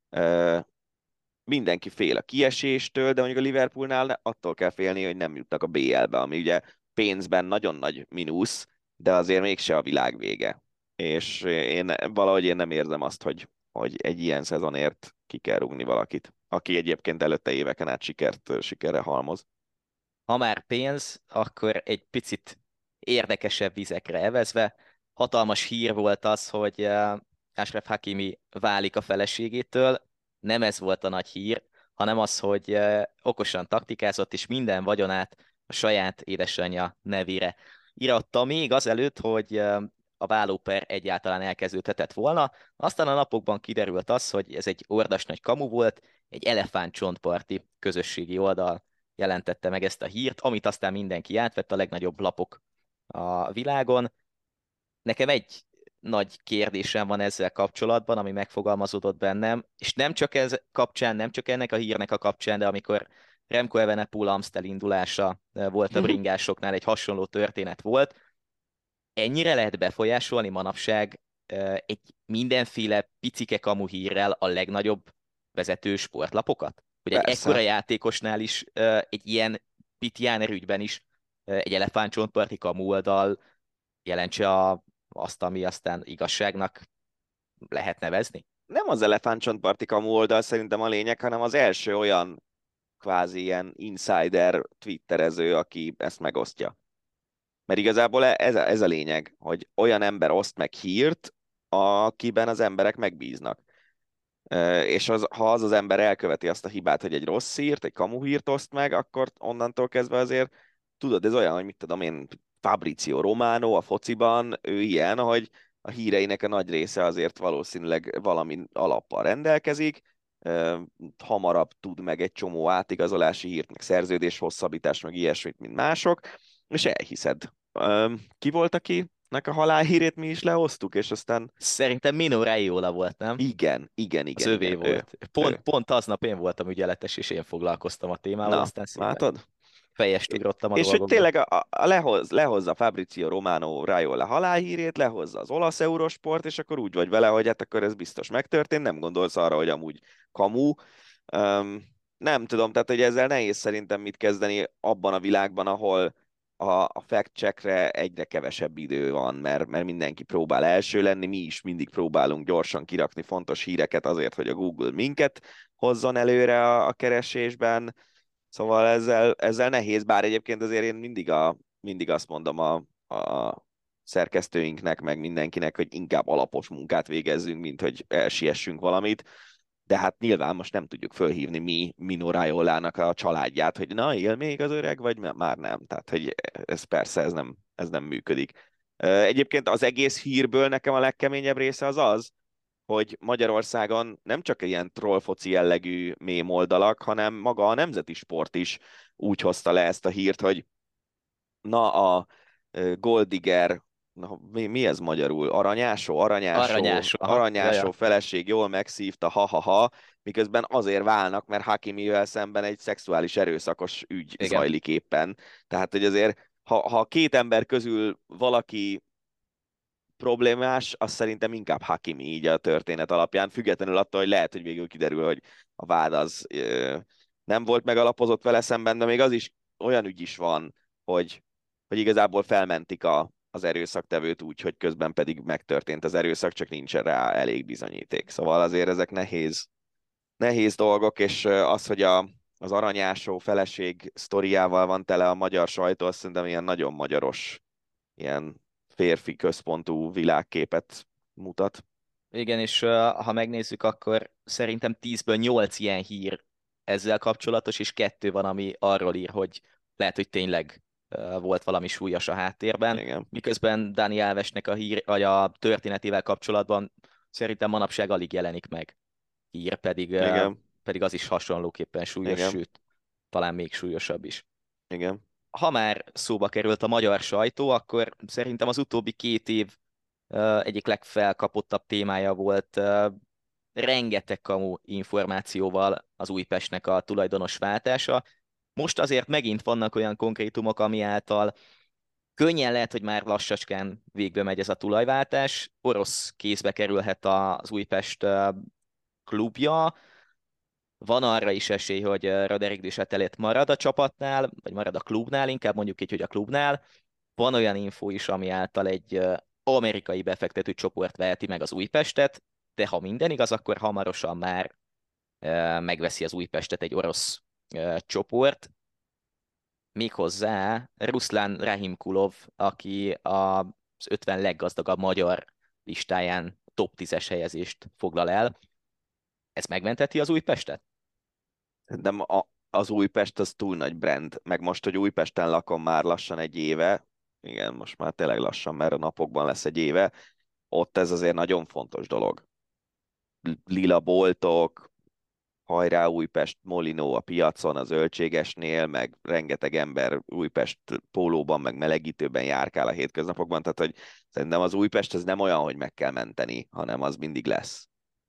Mindenki fél a kieséstől, de mondjuk a Liverpoolnál attól kell félni, hogy nem jutnak a BL-be, ami ugye pénzben nagyon nagy mínusz, de azért mégse a világ vége. És én nem érzem azt, hogy egy ilyen szezonért ki kell rúgni valakit, aki egyébként előtte éveken át sikerre halmoz. Ha már pénz, akkor egy picit érdekesebb vizekre evezve. Hatalmas hír volt az, hogy Achraf Hakimi válik a feleségétől. Nem ez volt a nagy hír, hanem az, hogy okosan taktikázott, és minden vagyonát a saját édesanyja nevére iratta még azelőtt, hogy a vállóper egyáltalán elkezdődhetett volna. Aztán a napokban kiderült az, hogy ez egy ordas nagy kamu volt, egy elefántcsontparti közösségi oldal jelentette meg ezt a hírt, amit aztán mindenki átvett, a legnagyobb lapok a világon. Nekem egy nagy kérdésem van ezzel kapcsolatban, ami megfogalmazódott bennem, és nem csak ez kapcsán, nem csak ennek a hírnek a kapcsán, de amikor Remco Evenepoel Amstel indulása volt a bringásoknál, egy hasonló történet volt. Ennyire lehet befolyásolni manapság egy mindenféle picike kamu hírrel a legnagyobb vezető sportlapokat? Hogy egy Persze. ekkora játékosnál is, egy ilyen Pitjánner ügyben is egy elefántcsontparti kamu oldal jelentse azt, ami aztán igazságnak lehet nevezni? Nem az elefántcsontparti kamu oldal szerintem a lényeg, hanem az első olyan kvázi ilyen insider twitterező, aki ezt megosztja. Mert igazából ez a lényeg, hogy olyan ember oszt meg hírt, akiben az emberek megbíznak. És ha az ember elköveti azt a hibát, hogy egy rossz hírt, egy kamu hírt oszt meg, akkor onnantól kezdve azért, tudod, ez olyan, hogy mit tudom én, Fabrizio Romano a fociban, ő ilyen, hogy a híreinek a nagy része azért valószínűleg valami alappal rendelkezik, hamarabb tud meg egy csomó átigazolási hírt, meg szerződés hosszabbítás, meg ilyesmit, mint mások, és elhiszed. Ki volt, akinek a halálhírét mi is lehoztuk, és aztán Szerintem Mino Raiola volt, nem? igen, Az övé igen, volt. Pont aznap én voltam ügyeletes, és én foglalkoztam a témával, Na, aztán szépen látod? fejest ugrottam a És hogy dolgokba. tényleg lehozza Fabrizio Romano Raiola halálhírét, lehozza az olasz Eurosport, és akkor úgy vagy vele, hogy hát akkor ez biztos megtörtént, nem gondolsz arra, hogy amúgy kamu. Nem tudom, tehát hogy ezzel nehéz szerintem mit kezdeni abban a világban, ahol a fact-checkre egyre kevesebb idő van, mert mindenki próbál első lenni, mi is mindig próbálunk gyorsan kirakni fontos híreket azért, hogy a Google minket hozzon előre a keresésben. Szóval ezzel nehéz, bár egyébként azért én mindig azt mondom a szerkesztőinknek, meg mindenkinek, hogy inkább alapos munkát végezzünk, mint hogy elsiessünk valamit. De hát nyilván most nem tudjuk fölhívni mi Mino Raiolának a családját, hogy na, él még az öreg, vagy már nem. Tehát, hogy ez persze, ez nem működik. Egyébként az egész hírből nekem a legkeményebb része az, hogy Magyarországon nem csak ilyen trollfoci jellegű mém oldalak, hanem maga a nemzeti sport is úgy hozta le ezt a hírt, hogy na a Goldigger, na, mi ez magyarul? Aranyásó, aha, Aranyásó jaja. feleség jól megszívta, ha-ha-ha, miközben azért válnak, mert Hakimivel szemben egy szexuális erőszakos ügy Igen. zajlik éppen. Tehát, hogy azért, ha két ember közül valaki problémás, az szerintem inkább Hakimi így a történet alapján, függetlenül attól, hogy lehet, hogy végül kiderül, hogy a vád az nem volt megalapozott vele szemben, de még az is olyan ügy is van, hogy igazából felmentik az erőszaktevőt úgy, hogy közben pedig megtörtént az erőszak, csak nincsen rá elég bizonyíték. Szóval azért ezek nehéz dolgok, és az, hogy az aranyásó feleség sztoriával van tele a magyar sajtó, azt szerintem ilyen nagyon magyaros, ilyen férfi központú világképet mutat. Igen, és ha megnézzük, akkor szerintem 10-ből 8 ilyen hír ezzel kapcsolatos, és 2 van, ami arról ír, hogy lehet, hogy tényleg volt valami súlyos a háttérben. Igen. Miközben Dani Alvesnek a hír, vagy a történetével kapcsolatban szerintem manapság alig jelenik meg hír, Igen. pedig az is hasonlóképpen súlyos, Igen. sőt, talán még súlyosabb is. Igen. Ha már szóba került a magyar sajtó, akkor szerintem az utóbbi 2 év egyik legfelkapottabb témája volt rengeteg kamu információval az Újpestnek a tulajdonos váltása. Most azért megint vannak olyan konkrétumok, ami által könnyen lehet, hogy már lassacskán végbe megy ez a tulajváltás. Orosz kézbe kerülhet az Újpest klubja. Van arra is esély, hogy Roderick Duchâtelet marad a csapatnál, vagy marad a klubnál, inkább mondjuk így, hogy a klubnál. Van olyan info is, ami által egy amerikai befektető csoport veheti meg az Újpestet, de ha minden igaz, akkor hamarosan már megveszi az Újpestet egy orosz csoport, méghozzá Ruslan Rahimkulov, aki az 50 leggazdagabb magyar listáján top 10-es helyezést foglal el. Ez megmenteti az Újpestet? De az Újpest az túl nagy brand, meg most, hogy Újpesten lakom már lassan egy éve, igen, most már tényleg lassan, mert a napokban lesz egy éve, ott ez azért nagyon fontos dolog. Lila boltok, hajrá Újpest, Molinó a piacon, az Zöldségesnél, meg rengeteg ember Újpest pólóban, meg melegítőben járkál a hétköznapokban, tehát hogy szerintem az Újpest ez nem olyan, hogy meg kell menteni, hanem az mindig lesz.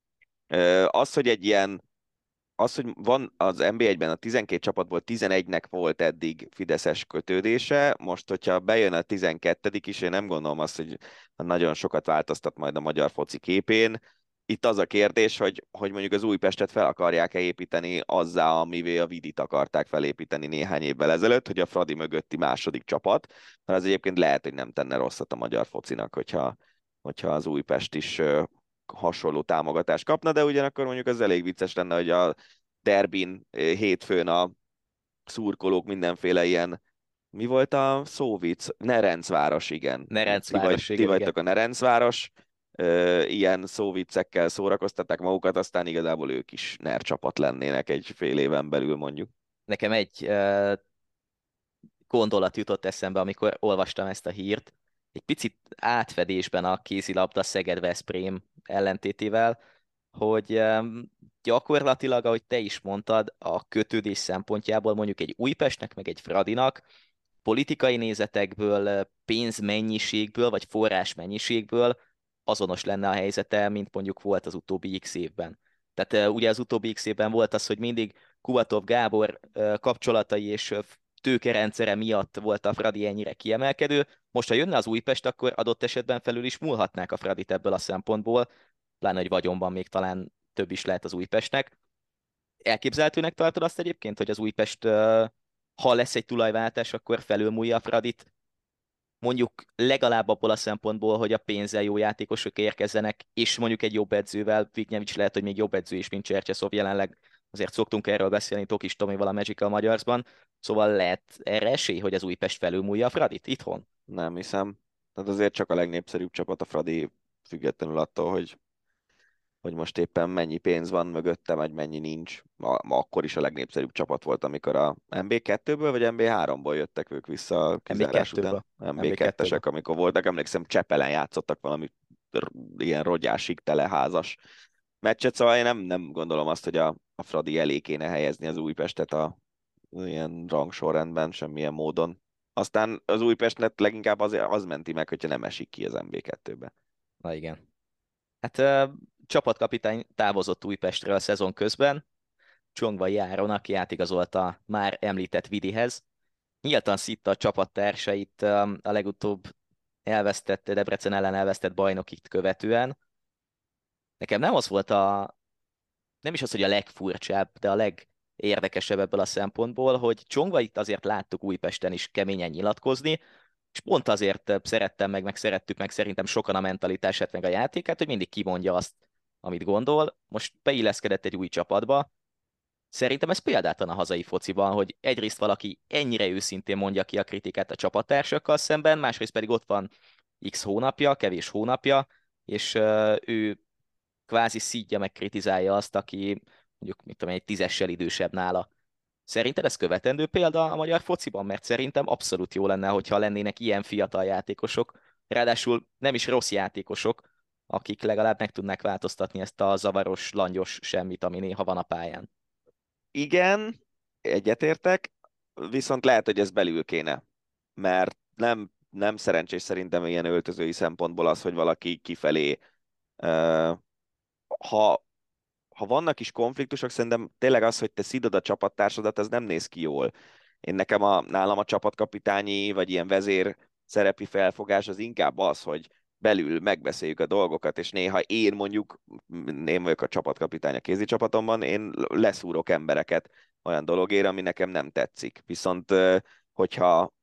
Az, hogy az, hogy van az NB1-ben a 12 csapatból 11-nek volt eddig fideszes kötődése, most, hogyha bejön a 12. is, én nem gondolom azt, hogy nagyon sokat változtat majd a magyar foci képén. Itt az a kérdés, hogy mondjuk az Újpestet fel akarják-e építeni azzá, amivé a Vidit akarták felépíteni néhány évvel ezelőtt, hogy a Fradi mögötti második csapat, mert az egyébként lehet, hogy nem tenne rosszat a magyar focinak, hogyha az Újpest is hasonló támogatást kapna, de ugyanakkor mondjuk az elég vicces lenne, hogy a derbin hétfőn a szurkolók mindenféle ilyen, mi volt a szóvic? Nerencváros, igen. Nerencváros, Ti igen, vagytok a Nerencváros. Ilyen szóviccekkel szórakoztatták magukat, aztán igazából ők is NER csapat lennének egy fél éven belül mondjuk. Nekem egy gondolat jutott eszembe, amikor olvastam ezt a hírt. Egy picit átfedésben a kézilabda Szeged-Veszprém ellentétével, hogy gyakorlatilag, ahogy te is mondtad, a kötődés szempontjából mondjuk egy Újpestnek, meg egy Fradinak politikai nézetekből, pénzmennyiségből, vagy forrásmennyiségből azonos lenne a helyzete, mint mondjuk volt az utóbbi X évben. Tehát ugye az utóbbi X évben volt az, hogy mindig Kubatov Gábor kapcsolatai és tőkerendszere miatt volt a Fradi ennyire kiemelkedő. Most, ha jönne az Újpest, akkor adott esetben felül is múlhatnák a Fradit ebből a szempontból, pláne, hogy vagyonban még talán több is lehet az Újpestnek. Elképzelhetőnek tartod azt egyébként, hogy az Újpest, ha lesz egy tulajváltás, akkor felülmúlja a Fradit, mondjuk legalább abból a szempontból, hogy a pénzzel jó játékosok érkezzenek, és mondjuk egy jobb edzővel, Vignyevics lehet, hogy még jobb edző is, mint Csercseszov jelenleg, azért szoktunk erről beszélni Tokis Tomival a Magical Magyarsban, szóval lehet erre esély, hogy az Újpest felülmúlja a Fradit itthon? Nem hiszem. Tehát azért csak a legnépszerűbb csapat a Fradi, függetlenül attól, hogy hogy most éppen mennyi pénz van mögötte, vagy mennyi nincs. Ma akkor is a legnépszerűbb csapat volt, amikor a MB2-ből vagy MB3-ból jöttek ők vissza a kizárás után. MB2-esek, amikor voltak, emlékszem, Csepelen játszottak valami ilyen rogyásig teleházas meccset, szóval én nem gondolom azt, hogy a Fradi elé kéne helyezni az Újpestet a ilyen rangsorrendben semmilyen módon. Aztán az Újpestnek leginkább az menti meg, hogyha nem esik ki az MB2-be. Na igen. Hát csapatkapitány távozott Újpestről a szezon közben, Csongvai Áron, aki átigazolta már említett Vidihez. Nyíltan szitta a csapattársait a legutóbb Debrecen ellen elvesztett bajnokit követően. Nekem nem az volt nem is az, hogy a legfurcsább, de a legérdekesebb ebből a szempontból, hogy Csongvait azért láttuk Újpesten is keményen nyilatkozni, és pont azért szerettem meg szerettük meg szerintem sokan a mentalitását, meg a játékát, hogy mindig kimondja azt, amit gondol. Most beilleszkedett egy új csapatba. Szerintem ez példátlan a hazai fociban, hogy egyrészt valaki ennyire őszintén mondja ki a kritikát a csapattársakkal szemben, másrészt pedig ott van x hónapja, kevés hónapja, és ő kvázi szídja meg kritizálja azt, aki mondjuk, mit tudom, egy 10-essel idősebb nála. Szerinted ez követendő példa a magyar fociban? Mert szerintem abszolút jó lenne, hogyha lennének ilyen fiatal játékosok, ráadásul nem is rossz játékosok, akik legalább meg tudnák változtatni ezt a zavaros, langyos semmit, ami néha van a pályán. Igen, egyetértek, viszont lehet, hogy ez belül kéne, mert nem szerencsés szerintem ilyen öltözői szempontból az, hogy valaki kifelé, ha, ha vannak is konfliktusok, szerintem tényleg az, hogy te szidod a csapattársadat, ez nem néz ki jól. Nálam a csapatkapitányi, vagy ilyen vezér szerepi felfogás az inkább az, hogy belül megbeszéljük a dolgokat, és néha én vagyok a csapatkapitány a kézi csapatomban, én leszúrok embereket olyan dologért, ami nekem nem tetszik. Viszont hogyha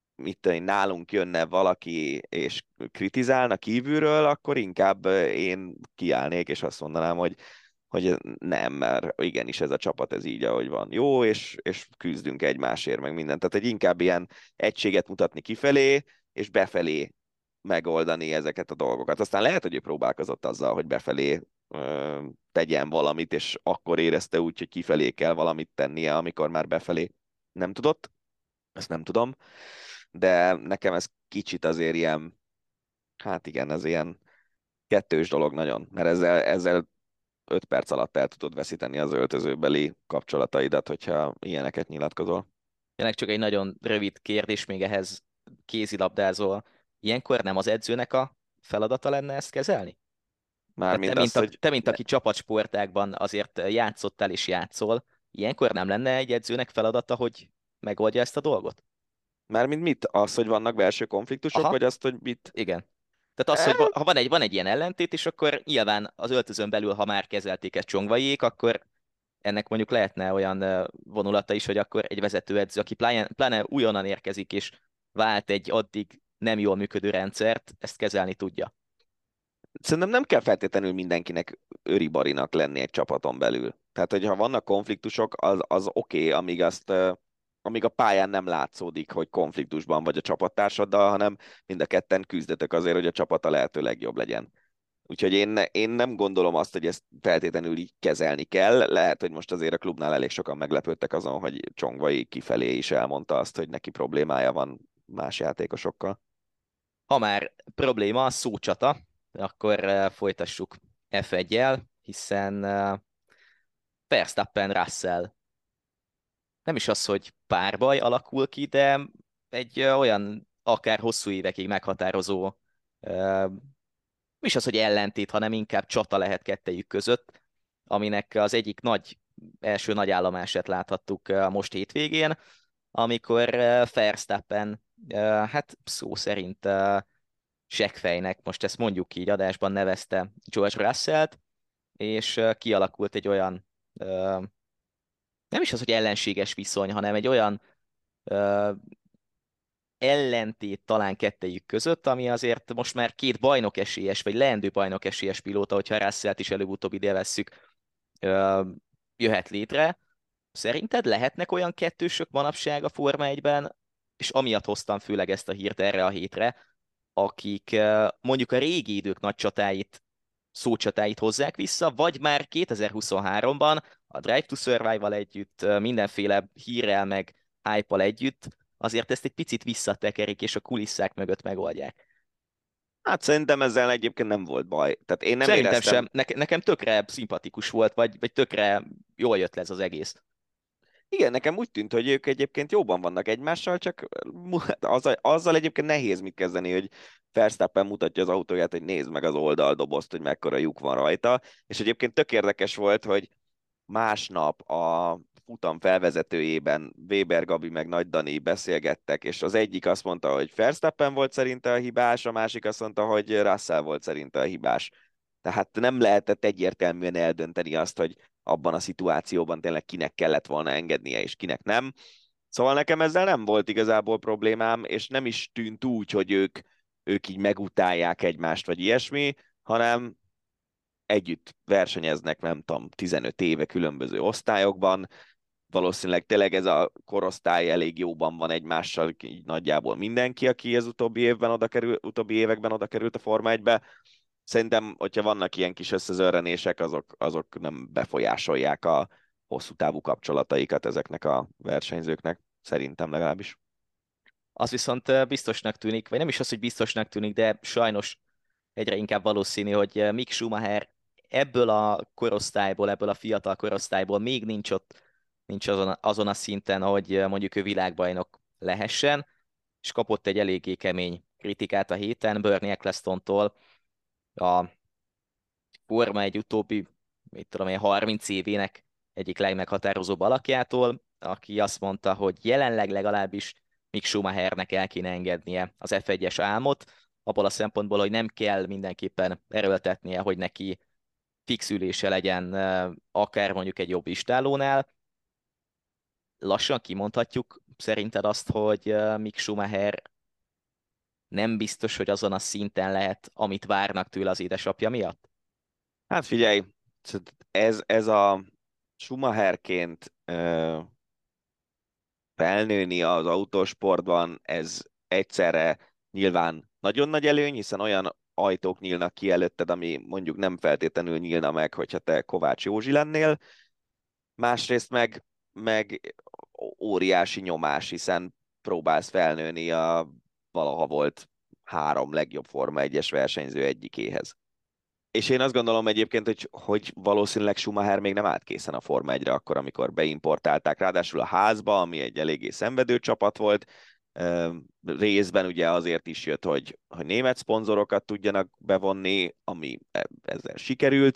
nálunk jönne valaki és kritizálna kívülről, akkor inkább én kiállnék, és azt mondanám, hogy nem, mert igenis ez a csapat ez így, ahogy van. Jó, és küzdünk egymásért, meg mindent. Tehát egy inkább ilyen egységet mutatni kifelé, és befelé megoldani ezeket a dolgokat. Aztán lehet, hogy ő próbálkozott azzal, hogy befelé tegyen valamit, és akkor érezte úgy, hogy kifelé kell valamit tennie, amikor már befelé nem tudott. Ezt nem tudom. De nekem ez kicsit azért ilyen, hát igen, ez ilyen kettős dolog nagyon, mert ezzel 5 perc alatt el tudod veszíteni az öltözőbeli kapcsolataidat, hogyha ilyeneket nyilatkozol. Tényleg csak egy nagyon rövid kérdés még ehhez, kézilabdázol. Ilyenkor nem az edzőnek a feladata lenne ezt kezelni? Mármint Te, mint aki csapatsportákban azért játszottál és játszol, ilyenkor nem lenne egy edzőnek feladata, hogy megoldja ezt a dolgot? Mármint mit? Az, hogy vannak belső konfliktusok, Aha. vagy azt, hogy mit? Igen. Tehát az, hogy ha van egy ilyen ellentét, és akkor nyilván az öltözön belül, ha már kezelték ezt Csongvaiék, akkor ennek mondjuk lehetne olyan vonulata is, hogy akkor egy vezetőedző, aki pláne újonnan érkezik, és vált egy addig nem jól működő rendszert, ezt kezelni tudja. Szerintem nem kell feltétlenül mindenkinek öribarinak lenni egy csapaton belül. Tehát, hogyha vannak konfliktusok, az oké, amíg a pályán nem látszódik, hogy konfliktusban vagy a csapattársaddal, hanem mind a ketten küzdetek azért, hogy a csapata lehető legjobb legyen. Úgyhogy én nem gondolom azt, hogy ezt feltétlenül így kezelni kell. Lehet, hogy most azért a klubnál elég sokan meglepődtek azon, hogy Csongvai kifelé is elmondta azt, hogy neki problémája van más játékosokkal. Ha már probléma a szócsata, akkor folytassuk F1-jel, hiszen Verstappen-Russell nem is az, hogy párbaj alakul ki, de egy olyan akár hosszú évekig meghatározó, nem is az, hogy ellentét, hanem inkább csata lehet kettejük között, aminek az egyik első nagy állomását láthattuk most hétvégén, amikor Verstappen, hát szó szerint seggfejnek, most ezt mondjuk így adásban nevezte George Russellt, és kialakult egy olyan, nem is az, hogy ellenséges viszony, hanem egy olyan ellentét talán kettejük között, ami azért most már két bajnokesélyes, vagy leendő bajnokesélyes pilóta, hogyha Russellt is előbb-utóbb ide vesszük, jöhet létre. Szerinted lehetnek olyan kettősök manapság a Forma 1-ben, és amiatt hoztam főleg ezt a hírt erre a hétre, akik mondjuk a régi idők nagy csatáit szócsatáit hozzák vissza, vagy már 2023-ban a Drive to Survive-val együtt, mindenféle hírrel meg hype-al együtt, azért ezt egy picit visszatekerik, és a kulisszák mögött megoldják. Hát szerintem ezzel egyébként nem volt baj. Tehát én nem Szerintem éreztem. sem. Nekem tökre szimpatikus volt, vagy tökre jól jött le ez az egész. Igen, nekem úgy tűnt, hogy ők egyébként jóban vannak egymással, csak azzal egyébként nehéz mit kezdeni, hogy Verstappen mutatja az autóját, hogy nézd meg az oldaldobozt, hogy mekkora lyuk van rajta, és egyébként tök érdekes volt, hogy másnap a futam felvezetőjében Weber Gabi meg Nagy Dani beszélgettek, és az egyik azt mondta, hogy Verstappen volt szerinte a hibás, a másik azt mondta, hogy Russell volt szerinte a hibás. Tehát nem lehetett egyértelműen eldönteni azt, hogy abban a szituációban tényleg kinek kellett volna engednie, és kinek nem. Szóval nekem ezzel nem volt igazából problémám, és nem is tűnt úgy, hogy ők így megutálják egymást, vagy ilyesmi, hanem együtt versenyeznek, nem tudom, 15 éve különböző osztályokban. Valószínűleg tényleg ez a korosztály elég jóban van egymással, így nagyjából mindenki, aki az utóbbi években oda került a Forma 1-be. Szerintem, hogyha vannak ilyen kis összezörrenések, azok nem befolyásolják a hosszú távú kapcsolataikat ezeknek a versenyzőknek. Szerintem legalábbis. Az viszont biztosnak tűnik, vagy nem is az, hogy biztosnak tűnik, de sajnos egyre inkább valószínű, hogy Mick Schumacher ebből a korosztályból, ebből a fiatal korosztályból még nincs azon a szinten, hogy mondjuk ő világbajnok lehessen, és kapott egy eléggé kemény kritikát a héten Bernie Ecclestontól, a Forma egy utóbbi, mit tudom én, 30 évének egyik legmeghatározóbb alakjától, aki azt mondta, hogy jelenleg legalábbis Mick Schumachernek el kéne engednie az F1-es álmot, abból a szempontból, hogy nem kell mindenképpen erőltetnie, hogy neki fix ülése legyen akár mondjuk egy jobb istállónál. Lassan kimondhatjuk szerinted azt, hogy Mick Schumacher nem biztos, hogy azon a szinten lehet, amit várnak tőle az édesapja miatt? Hát figyelj, ez a Schumacherként felnőni az autósportban, ez egyszerre nyilván nagyon nagy előny, hiszen olyan ajtók nyílnak ki előtted, ami mondjuk nem feltétlenül nyílna meg, hogyha te Kovács Józsi lennél. Másrészt meg óriási nyomás, hiszen próbálsz felnőni a valaha volt 3 legjobb Forma 1-es versenyző egyikéhez. És én azt gondolom egyébként, hogy valószínűleg Schumacher még nem állt készen a Forma 1-re akkor, amikor beimportálták, ráadásul a házba, ami egy eléggé szenvedő csapat volt. Részben ugye azért is jött, hogy német szponzorokat tudjanak bevonni, ami ezzel sikerült.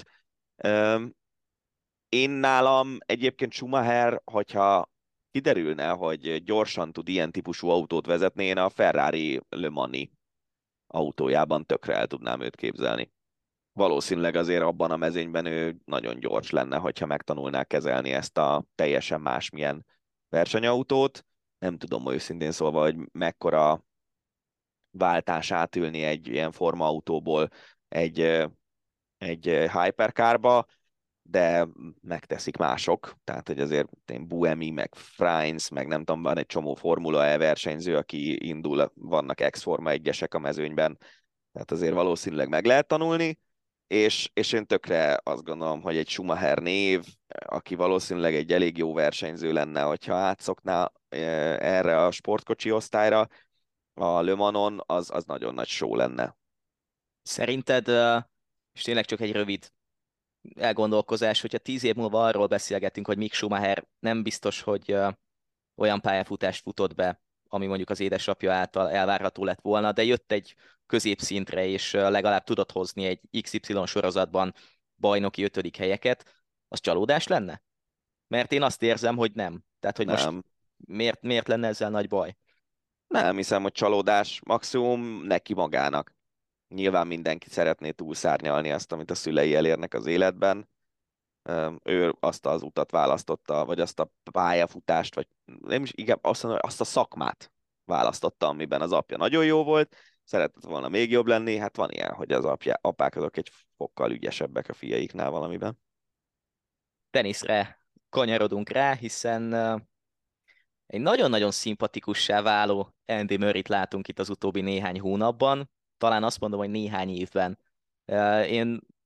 Én nálam egyébként Schumacher, hogyha kiderülne, hogy gyorsan tud ilyen típusú autót vezetni, én a Ferrari Le Mani autójában tökre el tudnám őt képzelni. Valószínűleg azért abban a mezőnyben ő nagyon gyors lenne, hogyha megtanulná kezelni ezt a teljesen másmilyen versenyautót. Nem tudom őszintén szólva, hogy mekkora váltás átülni egy ilyen formautóból egy hypercarba, de megteszik mások. Tehát, hogy azért én Buemi, meg Freinz, meg nem tudom, van egy csomó Formula E versenyző, aki indul, vannak ex-Forma 1-esek a mezőnyben, tehát azért valószínűleg meg lehet tanulni, és én tökre azt gondolom, hogy egy Schumacher név, aki valószínűleg egy elég jó versenyző lenne, hogyha átszokná erre a sportkocsi osztályra, a Le Manon, az nagyon nagy show lenne. Szerinted, és tényleg csak egy rövid elgondolkozás, hogyha 10 év múlva arról beszélgetünk, hogy Mick Schumacher nem biztos, hogy olyan pályafutást futott be, ami mondjuk az édesapja által elvárható lett volna, de jött egy középszintre, és legalább tudott hozni egy XY sorozatban bajnoki 5. helyeket, az csalódás lenne? Mert én azt érzem, hogy nem. Tehát, hogy most Nem, miért lenne ezzel nagy baj? nem hiszem, hogy csalódás, maximum neki magának. Nyilván mindenki szeretné túlszárnyalni azt, amit a szülei elérnek az életben. Ő azt az utat választotta, vagy azt a pályafutást, vagy nem is, igen, azt mondom, azt a szakmát választotta, amiben az apja nagyon jó volt, szeretett volna még jobb lenni, hát van ilyen, hogy az apák azok egy fokkal ügyesebbek a fiaiknál valamiben. Teniszre kanyarodunk rá, hiszen egy nagyon-nagyon szimpatikussá váló Andy Murrayt látunk itt az utóbbi néhány hónapban, talán azt mondom, hogy néhány évben. Én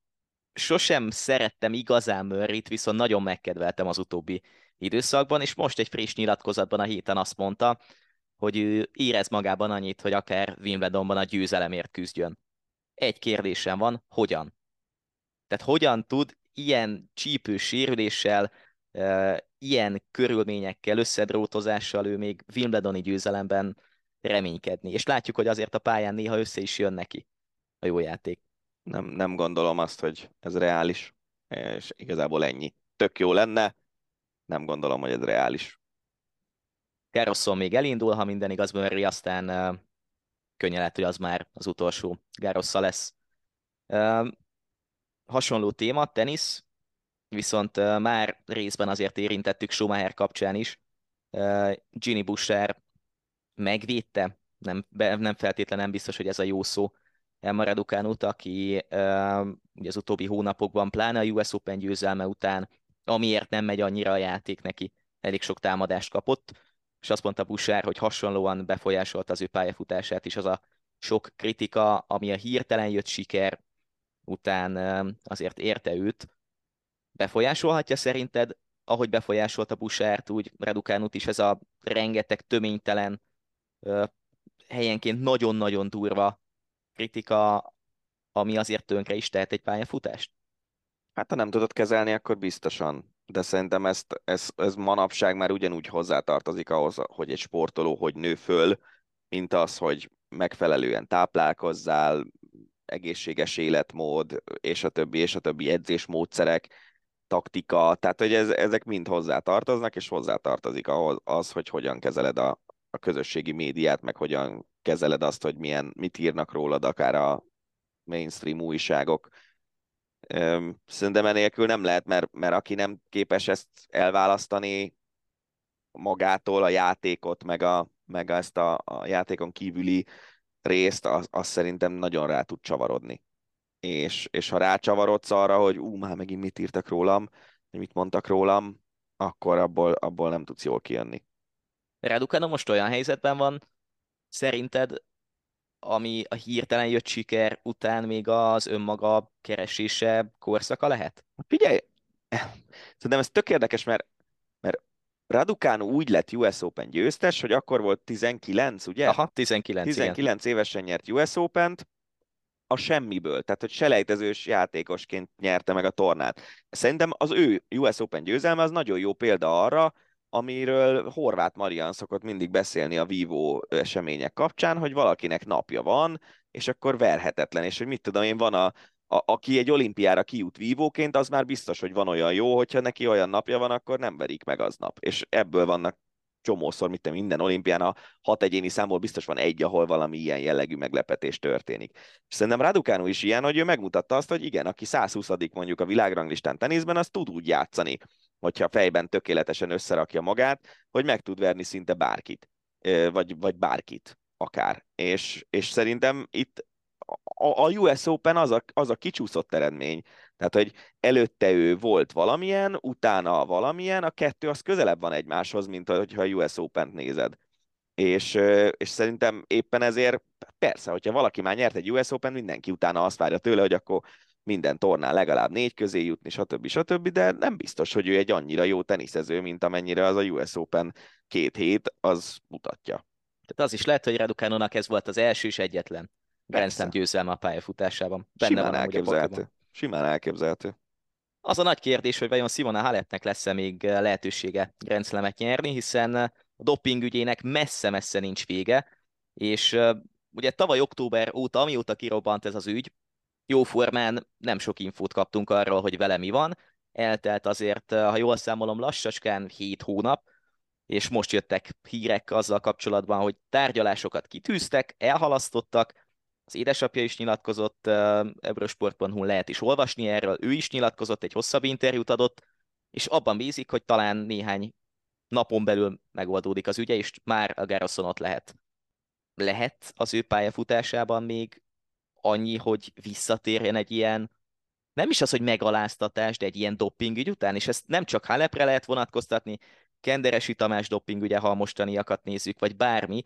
sosem szerettem igazán Murrayt, viszont nagyon megkedveltem az utóbbi időszakban, és most egy friss nyilatkozatban a héten azt mondta, hogy ő érez magában annyit, hogy akár Wimbledonban a győzelemért küzdjön. Egy kérdésem van, hogyan? Tehát hogyan tud ilyen csípős sérüléssel, ilyen körülményekkel, összedrótozással ő még Wimbledoni győzelemben reménykedni. És látjuk, hogy azért a pályán néha össze is jön neki a jó játék. Nem gondolom azt, hogy ez reális, és igazából ennyi. Tök jó lenne, nem gondolom, hogy ez reális. Garrosson még elindul, ha minden igaz, Murray, aztán könnyen lehet, hogy az már az utolsó Garrossa lesz. Hasonló téma, tenisz, viszont már részben azért érintettük Schumacher kapcsán is. Ginny Bouchard megvédte, nem feltétlenül nem biztos, hogy ez a jó szó, Emma Raducanut, aki ugye az utóbbi hónapokban, pláne a US Open győzelme után, amiért nem megy annyira a játék neki, elég sok támadást kapott, és azt mondta Bouchard, hogy hasonlóan befolyásolta az ő pályafutását is az a sok kritika, ami a hirtelen jött siker után azért érte őt. Befolyásolhatja szerinted, ahogy befolyásolta Bouchardt, úgy Raducanut is ez a rengeteg töménytelen, helyenként nagyon-nagyon durva kritika, ami azért tönkre is tehet egy pályafutást? Hát ha nem tudod kezelni, akkor biztosan. De szerintem ez manapság már ugyanúgy hozzátartozik ahhoz, hogy egy sportoló hogy nő föl, mint az, hogy megfelelően táplálkozzál, egészséges életmód, és a többi edzésmódszerek, taktika, tehát hogy ezek mind hozzátartoznak, és hozzátartozik ahhoz az, hogy hogyan kezeled a közösségi médiát, meg hogyan kezeled azt, hogy mit írnak rólad akár a mainstream újságok. Szerintem enélkül nem lehet, mert aki nem képes ezt elválasztani magától, a játékot, meg ezt a játékon kívüli részt, az szerintem nagyon rá tud csavarodni. És ha rácsavarodsz arra, hogy már megint mit írtak rólam, vagy mit mondtak rólam, akkor abból nem tudsz jól kijönni. Raducanu most olyan helyzetben van, szerinted, ami a hirtelen jött siker után még az önmaga keresése korszaka lehet? Figyelj, szerintem ez tök érdekes, mert Raducanu úgy lett US Open győztes, hogy akkor volt 19, ugye? Aha, 19, igen. 19 évesen nyert US Opent, a semmiből, tehát hogy selejtezős játékosként nyerte meg a tornát. Szerintem az ő US Open győzelme az nagyon jó példa arra, amiről Horváth Marian szokott mindig beszélni a vívó események kapcsán, hogy valakinek napja van, és akkor verhetetlen, és hogy mit tudom én, aki egy olimpiára kijut vívóként, az már biztos, hogy van olyan jó, hogyha neki olyan napja van, akkor nem verik meg aznap. És ebből vannak csomószor, minden olimpián a 6 egyéni számból biztos van egy, ahol valami ilyen jellegű meglepetés történik. És szerintem Raducanu is ilyen, hogy ő megmutatta azt, hogy igen, aki 120. mondjuk a világranglistán teniszben, az tud úgy játszani, hogyha fejben tökéletesen összerakja magát, hogy meg tud verni szinte bárkit, vagy bárkit akár. És szerintem itt a US Open az a kicsúszott eredmény. Tehát, hogy előtte ő volt valamilyen, utána valamilyen, a kettő az közelebb van egymáshoz, mint hogyha a US Open-t nézed. És szerintem éppen ezért, persze, hogyha valaki már nyert egy US Open, mindenki utána azt várja tőle, hogy akkor minden tornán legalább 4 közé jutni, stb. De nem biztos, hogy ő egy annyira jó teniszező, mint amennyire az a US Open 2 hét, az mutatja. Tehát az is lehet, hogy Raducanónak ez volt az első és egyetlen Grand Slam győzelme a pályafutásában. Simán elképzelhető. Simán elképzelhető. Az a nagy kérdés, hogy vajon Simona Halepnek lesz-e még lehetősége Grand Slamet nyerni, hiszen a doping ügyének messze-messze nincs vége, és ugye tavaly október óta, amióta kirobbant ez az ügy, jóformán nem sok infót kaptunk arról, hogy vele mi van. Eltelt azért, ha jól számolom, lassacskán 7 hónap, és most jöttek hírek azzal kapcsolatban, hogy tárgyalásokat kitűztek, elhalasztottak, az édesapja is nyilatkozott, Eurosport.hu lehet is olvasni erről, ő is nyilatkozott, egy hosszabb interjút adott, és abban bízik, hogy talán néhány napon belül megoldódik az ügye, és már a Garrosson ott lehet. Lehet az ő pályafutásában még annyi, hogy visszatérjen egy ilyen, nem is az, hogy megaláztatás, de egy ilyen doppingügy után, és ezt nem csak Halepre lehet vonatkoztatni, Kenderesi Tamás doppingügye, ha a mostaniakat nézzük, vagy bármi,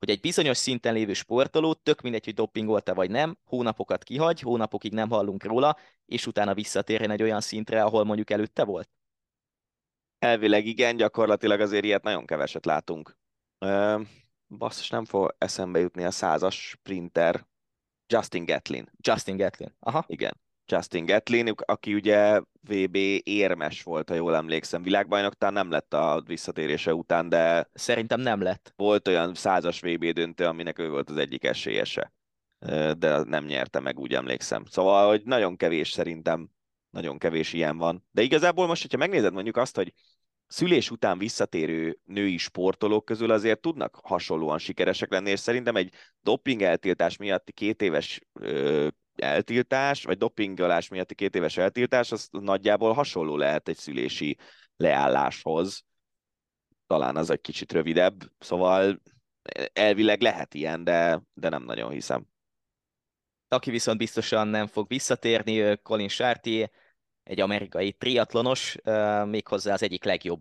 hogy egy bizonyos szinten lévő sportoló, tök mindegy, hogy dopingolta vagy nem, hónapokat kihagy, hónapokig nem hallunk róla, és utána visszatérjen egy olyan szintre, ahol mondjuk előtte volt? Elvileg igen, gyakorlatilag azért ilyet nagyon keveset látunk. Ö, Basszus, nem fog eszembe jutni a 100-as sprinter, Justin Gatlin. Justin Gatlin. Aha. Igen, Justin Gatlin, aki ugye VB érmes volt, ha jól emlékszem. Világbajnok talán nem lett a visszatérése után, de Szerintem nem lett. volt olyan 100-as VB döntő, aminek ő volt az egyik esélyese. De nem nyerte meg, úgy emlékszem. Szóval, hogy nagyon kevés szerintem, nagyon kevés ilyen van. De igazából most, hogyha megnézed mondjuk azt, hogy szülés után visszatérő női sportolók közül azért tudnak hasonlóan sikeresek lenni, és szerintem egy doping eltiltás miatti 2 éves eltiltás, vagy dopingolás miatti 2 éves eltiltás, az nagyjából hasonló lehet egy szülési leálláshoz. Talán az egy kicsit rövidebb, szóval elvileg lehet ilyen, de nem nagyon hiszem. Aki viszont biztosan nem fog visszatérni, Colin Chartier, egy amerikai triatlonos, méghozzá az egyik legjobb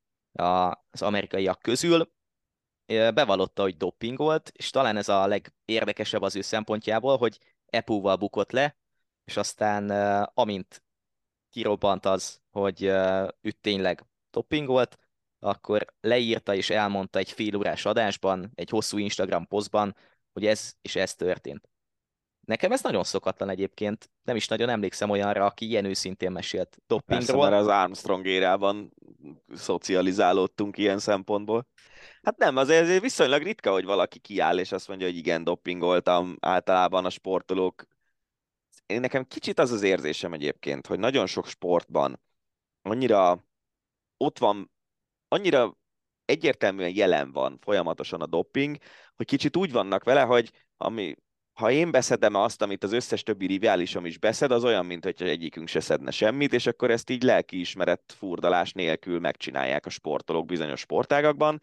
az amerikaiak közül. Bevallotta, hogy dopingolt, és talán ez a legérdekesebb az ő szempontjából, hogy EPO-val bukott le, és aztán amint kirobbant az, hogy ő tényleg dopingolt, akkor leírta és elmondta egy félórás adásban, egy hosszú Instagram posztban, hogy ez és ez történt. Nekem ez nagyon szokatlan egyébként, nem is nagyon emlékszem olyanra, aki ilyen őszintén mesélt Persze, dopingról. mert az Armstrong érában szocializálódtunk ilyen szempontból. Hát nem, azért viszonylag ritka, hogy valaki kiáll és azt mondja, hogy igen, dopingoltam. Általában a sportolók. Nekem kicsit az az érzésem egyébként, hogy nagyon sok sportban annyira ott van, annyira egyértelműen jelen van folyamatosan a doping, hogy kicsit úgy vannak vele, hogy ha én beszedem azt, amit az összes többi riválisom is beszed, az olyan, mint hogy egyikünk se szedne semmit, és akkor ezt így lelkiismeret furdalás nélkül megcsinálják a sportolók bizonyos sportágakban.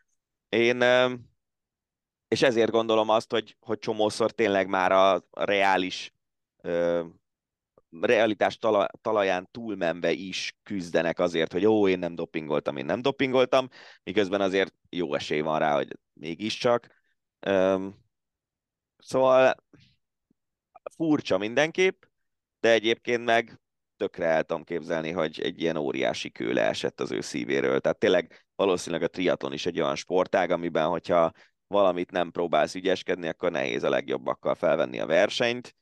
És ezért gondolom azt, hogy csomószor tényleg már a reális realitás talaján túlmenve is küzdenek azért, hogy én nem dopingoltam, én nem dopingoltam, miközben azért jó esély van rá, hogy mégiscsak. Szóval furcsa mindenképp, de egyébként meg tökre el tudom képzelni, hogy egy ilyen óriási kő leesett az ő szívéről. Tehát tényleg valószínűleg a triatlon is egy olyan sportág, amiben, hogyha valamit nem próbálsz ügyeskedni, akkor nehéz a legjobbakkal felvenni a versenyt.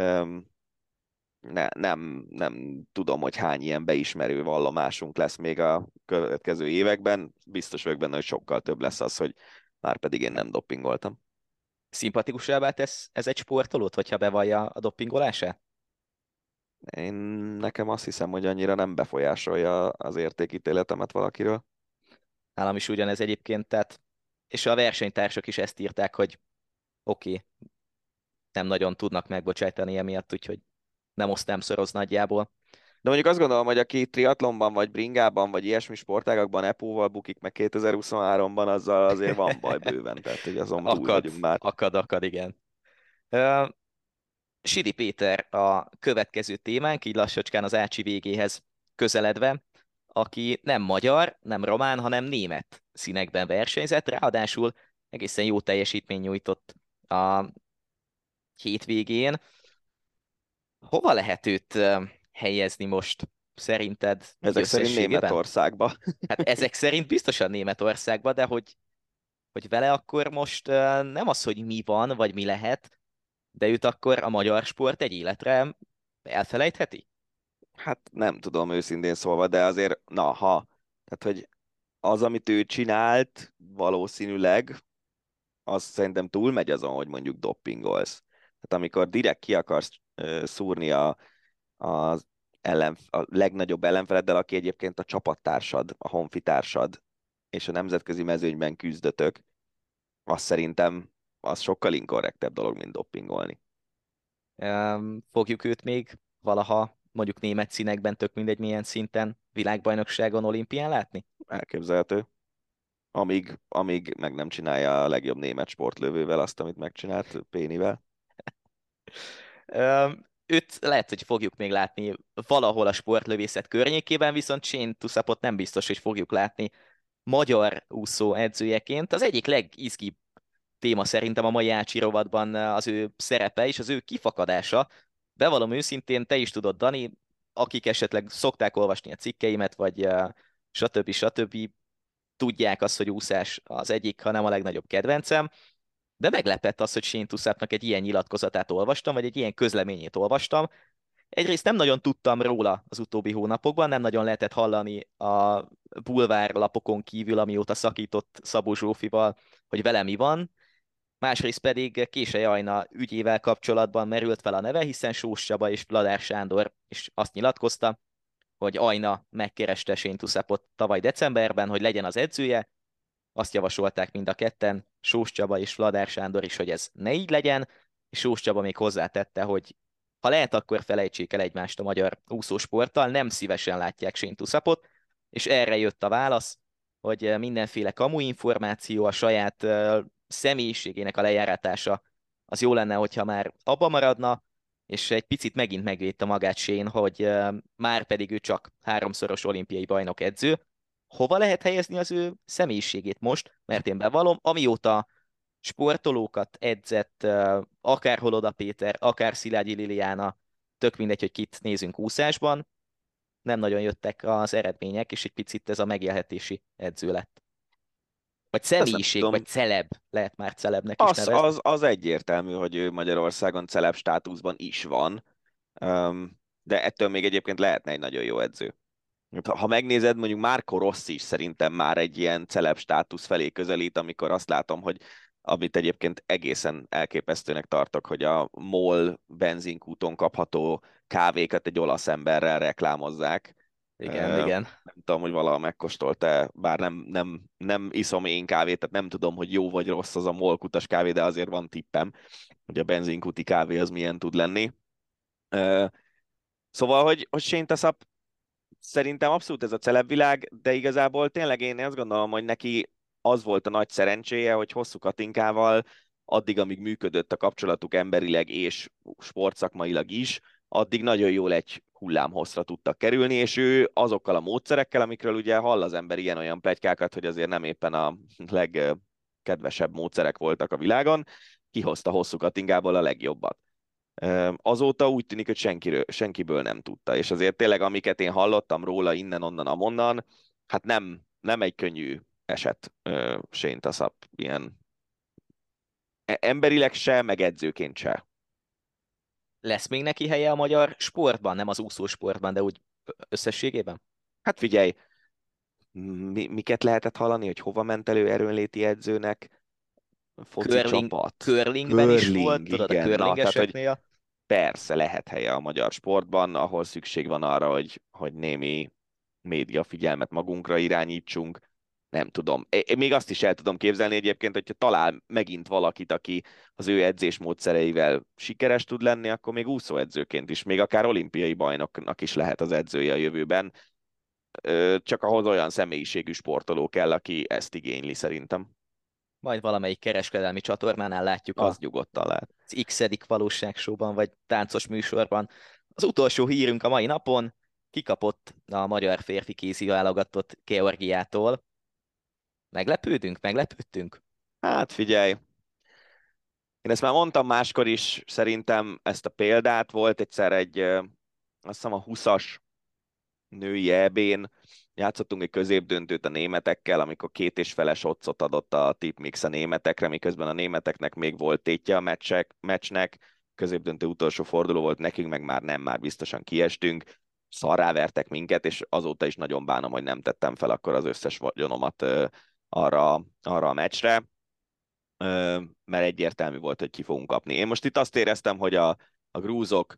Nem tudom, hogy hány ilyen beismerő vallomásunk lesz még a következő években. Biztos vagyok benne, hogy sokkal több lesz az, hogy már pedig én nem dopingoltam. Szimpatikusabbá tesz ez egy sportolót, hogyha bevallja a dopingolását? Nekem azt hiszem, hogy annyira nem befolyásolja az értékítéletemet valakiről. Nálam is ugyanez egyébként, tehát, és a versenytársak is ezt írták, hogy oké, nem nagyon tudnak megbocsájtani emiatt, úgyhogy nem szoroz nagyjából. De mondjuk azt gondolom, hogy aki triatlonban, vagy bringában, vagy ilyesmi sportágakban EPO-val bukik meg 2023-ban, azzal azért van baj bőven, tehát hogy azon túl vagyunk már. Akad, igen. Sidi Péter a következő témánk, így lassacskán az Ácsi végéhez közeledve, aki nem magyar, nem román, hanem német színekben versenyzett, ráadásul egészen jó teljesítmény nyújtott a hétvégén. Hova lehet őt helyezni most, szerinted? Ezek szerint Németországba. Hát ezek szerint biztosan Németországba, de hogy vele akkor most nem az, hogy mi van, vagy mi lehet, de őt akkor a magyar sport egy életre elfelejtheti? Hát nem tudom őszintén szólva, de azért, tehát hogy az, amit ő csinált, valószínűleg, az szerintem túlmegy azon, hogy mondjuk doppingolsz. Tehát amikor direkt ki akarsz szúrni a legnagyobb ellenfeleddel, aki egyébként a csapattársad, a honfitársad, és a nemzetközi mezőnyben küzdötök, azt szerintem az sokkal inkorrektebb dolog, mint doppingolni. Fogjuk őt még valaha, mondjuk német színekben, tök mindegy milyen szinten, világbajnokságon, olimpián látni? Elképzelhető. Amíg meg nem csinálja a legjobb német sportlövővel azt, amit megcsinált Pénivel. Őt lehet, hogy fogjuk még látni valahol a sportlövészet környékében, viszont Shane Tuszapot nem biztos, hogy fogjuk látni magyar úszó edzőjeként. Az egyik legizgibb téma szerintem a mai Ácsi rovatban az ő szerepe és az ő kifakadása. Bevallom őszintén, te is tudod, Dani, akik esetleg szokták olvasni a cikkeimet, vagy stb. Tudják azt, hogy úszás az egyik, ha nem a legnagyobb kedvencem, de meglepett az, hogy Shane Tussapnak egy ilyen nyilatkozatát olvastam, vagy egy ilyen közleményét olvastam. Egyrészt nem nagyon tudtam róla az utóbbi hónapokban, nem nagyon lehetett hallani a bulvár lapokon kívül, amióta szakított Szabó Zsófival, hogy vele mi van. Másrészt pedig Késely Ajna ügyével kapcsolatban merült fel a neve, hiszen Sós Csaba és Vladár Sándor is azt nyilatkozta, hogy Ajna megkereste Shane Tussapot tavaly decemberben, hogy legyen az edzője. Azt javasolták mind a ketten, Sós Csaba és Vladár Sándor is, hogy ez ne így legyen, és Sós Csaba még hozzátette, hogy ha lehet, akkor felejtsék el egymást a magyar úszósporttal, nem szívesen látják Shane Tussapot, és erre jött a válasz, hogy mindenféle kamu információ, a saját személyiségének a lejáratása, az jó lenne, hogyha már abba maradna, és egy picit megint megvédte magát Shane, hogy már pedig ő csak 3-szoros olimpiai bajnok edző. Hova lehet helyezni az ő személyiségét most? Mert én bevallom, amióta sportolókat edzett, akár Holoda Péter, akár Szilágyi Liliana, tök mindegy, hogy kit nézünk úszásban, nem nagyon jöttek az eredmények, és egy picit ez a megélhetési edző lett. Vagy személyiség, vagy celeb, lehet már celebnek is nevezni. Az egyértelmű, hogy ő Magyarországon celeb státuszban is van, de ettől még egyébként lehetne egy nagyon jó edző. Ha megnézed, mondjuk Marco Rossi is szerintem már egy ilyen celeb státusz felé közelít, amikor azt látom, hogy amit egyébként egészen elképesztőnek tartok, hogy a MOL benzinkúton kapható kávékat egy olasz emberrel reklámozzák. Igen. Nem tudom, hogy valaha megkóstolta, bár nem iszom én kávét, tehát nem tudom, hogy jó vagy rossz az a MOL kutas kávé, de azért van tippem, hogy a benzinkúti kávé az milyen tud lenni. Szóval, hogy Shane Tussap szerintem abszolút ez a celebvilág, de igazából tényleg én azt gondolom, hogy neki az volt a nagy szerencséje, hogy Hosszú Katinkával addig, amíg működött a kapcsolatuk emberileg és sportszakmailag is, addig nagyon jól egy hullámhosszra tudtak kerülni, és ő azokkal a módszerekkel, amikről ugye hall az ember ilyen-olyan pletykákat, hogy azért nem éppen a legkedvesebb módszerek voltak a világon, kihozta Hosszú Katingából a legjobbat. Azóta úgy tűnik, hogy senkiből nem tudta, és azért tényleg, amiket én hallottam róla innen, onnan, amonnan, hát nem egy könnyű eset Shane Tussap, ilyen emberileg se, meg edzőként se. Lesz még neki helye a magyar sportban, nem az úszósportban, de úgy összességében? Hát figyelj, miket lehetett hallani, hogy hova ment elő erőnléti edzőnek? Foci csapat. Curlingben is volt, tudod, igen. a curlingeseknél. Persze lehet helye a magyar sportban, ahol szükség van arra, hogy némi média figyelmet magunkra irányítsunk. Nem tudom. Én még azt is el tudom képzelni egyébként, hogyha talál megint valakit, aki az ő edzésmódszereivel sikeres tud lenni, akkor még úszóedzőként is, még akár olimpiai bajnoknak is lehet az edzője a jövőben. Csak ahhoz olyan személyiségű sportoló kell, aki ezt igényli szerintem. Majd valamelyik kereskedelmi csatornánál látjuk az nyugodtan lehet. Az X-edik valóságsóban, vagy táncos műsorban. Az utolsó hírünk a mai napon: kikapott a magyar férfi kézi válogatott Georgiától. Meglepődtünk? Hát figyelj, én ezt már mondtam máskor is, szerintem ezt a példát volt egyszer azt hiszem a 20-as női EB-n, játszottunk egy középdöntőt a németekkel, amikor 2,5-es occot adott a tipmix a németekre, miközben a németeknek még volt tétje a meccsnek, középdöntő utolsó forduló volt, nekünk meg már biztosan kiestünk, szarrá vertek minket, és azóta is nagyon bánom, hogy nem tettem fel akkor az összes vagyonomat arra a meccsre, mert egyértelmű volt, hogy ki fogunk kapni. Én most itt azt éreztem, hogy a grúzok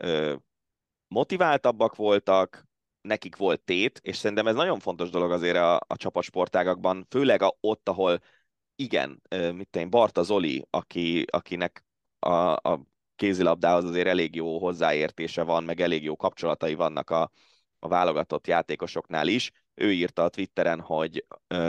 motiváltabbak voltak, nekik volt tét, és szerintem ez nagyon fontos dolog azért a csapatsportágakban, főleg ott, ahol igen, Barta Zoli, akinek a kézilabdához azért elég jó hozzáértése van, meg elég jó kapcsolatai vannak a válogatott játékosoknál is. Ő írta a Twitteren, hogy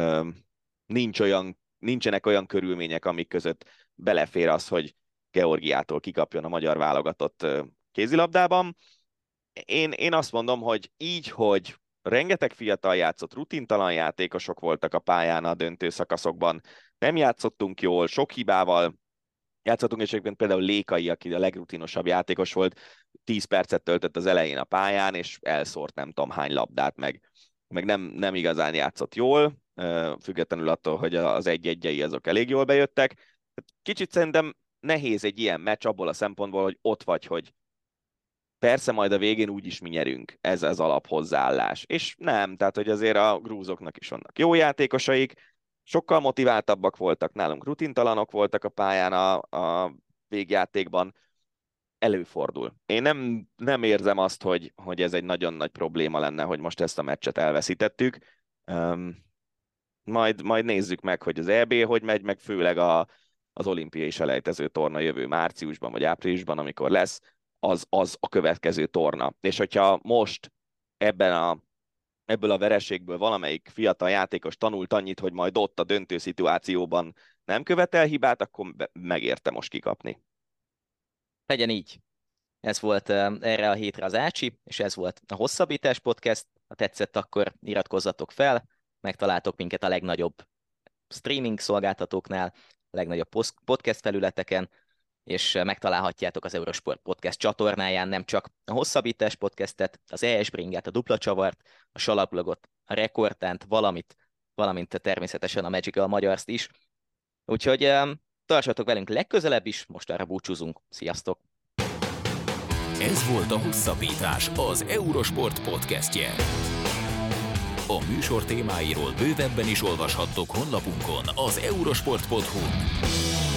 nincsenek olyan körülmények, amik között belefér az, hogy Georgiától kikapjon a magyar válogatott kézilabdában. Én azt mondom, hogy így, hogy rengeteg fiatal játszott, rutintalan játékosok voltak a pályán a döntő szakaszokban, nem játszottunk jól, sok hibával játszottunk, és egyébként például Lékai, aki a legrutinosabb játékos volt, 10 percet töltött az elején a pályán, és elszórt nem tudom hány labdát, meg nem igazán játszott jól, függetlenül attól, hogy az egy-egyei azok elég jól bejöttek. Kicsit szerintem nehéz egy ilyen meccs abból a szempontból, hogy ott vagy, hogy persze majd a végén úgyis mi nyerünk, ez az alaphozzáállás. És nem, tehát hogy azért a grúzoknak is vannak jó játékosaik, sokkal motiváltabbak voltak, nálunk rutintalanok voltak a pályán a végjátékban, előfordul. Én nem érzem azt, hogy ez egy nagyon nagy probléma lenne, hogy most ezt a meccset elveszítettük. Majd nézzük meg, hogy az EB hogy megy, meg főleg az olimpiai selejtező torna jövő márciusban vagy áprilisban, amikor lesz, az a következő torna. És hogyha most ebből a vereségből valamelyik fiatal játékos tanult annyit, hogy majd ott a döntő szituációban nem követel hibát, akkor megérte most kikapni. Legyen így. Ez volt erre a hétre az Ácsi, és ez volt a Hosszabbítás Podcast. Ha tetszett, akkor iratkozzatok fel, megtaláltok minket a legnagyobb streaming szolgáltatóknál, a legnagyobb podcast felületeken, és megtalálhatjátok az Eurosport Podcast csatornáján nem csak a Hosszabbítás Podcastet, az ES Bringát, a Dupla Csavart, a Salakblogot, a Rekordtánt, valamint természetesen a Magical Magyart is. Úgyhogy tartsatok velünk legközelebb is, most arra búcsúzunk. Sziasztok! Ez volt a Hosszabbítás, az Eurosport podcastje. A műsor témáiról bővebben is olvashattok honlapunkon, az eurosport.hu.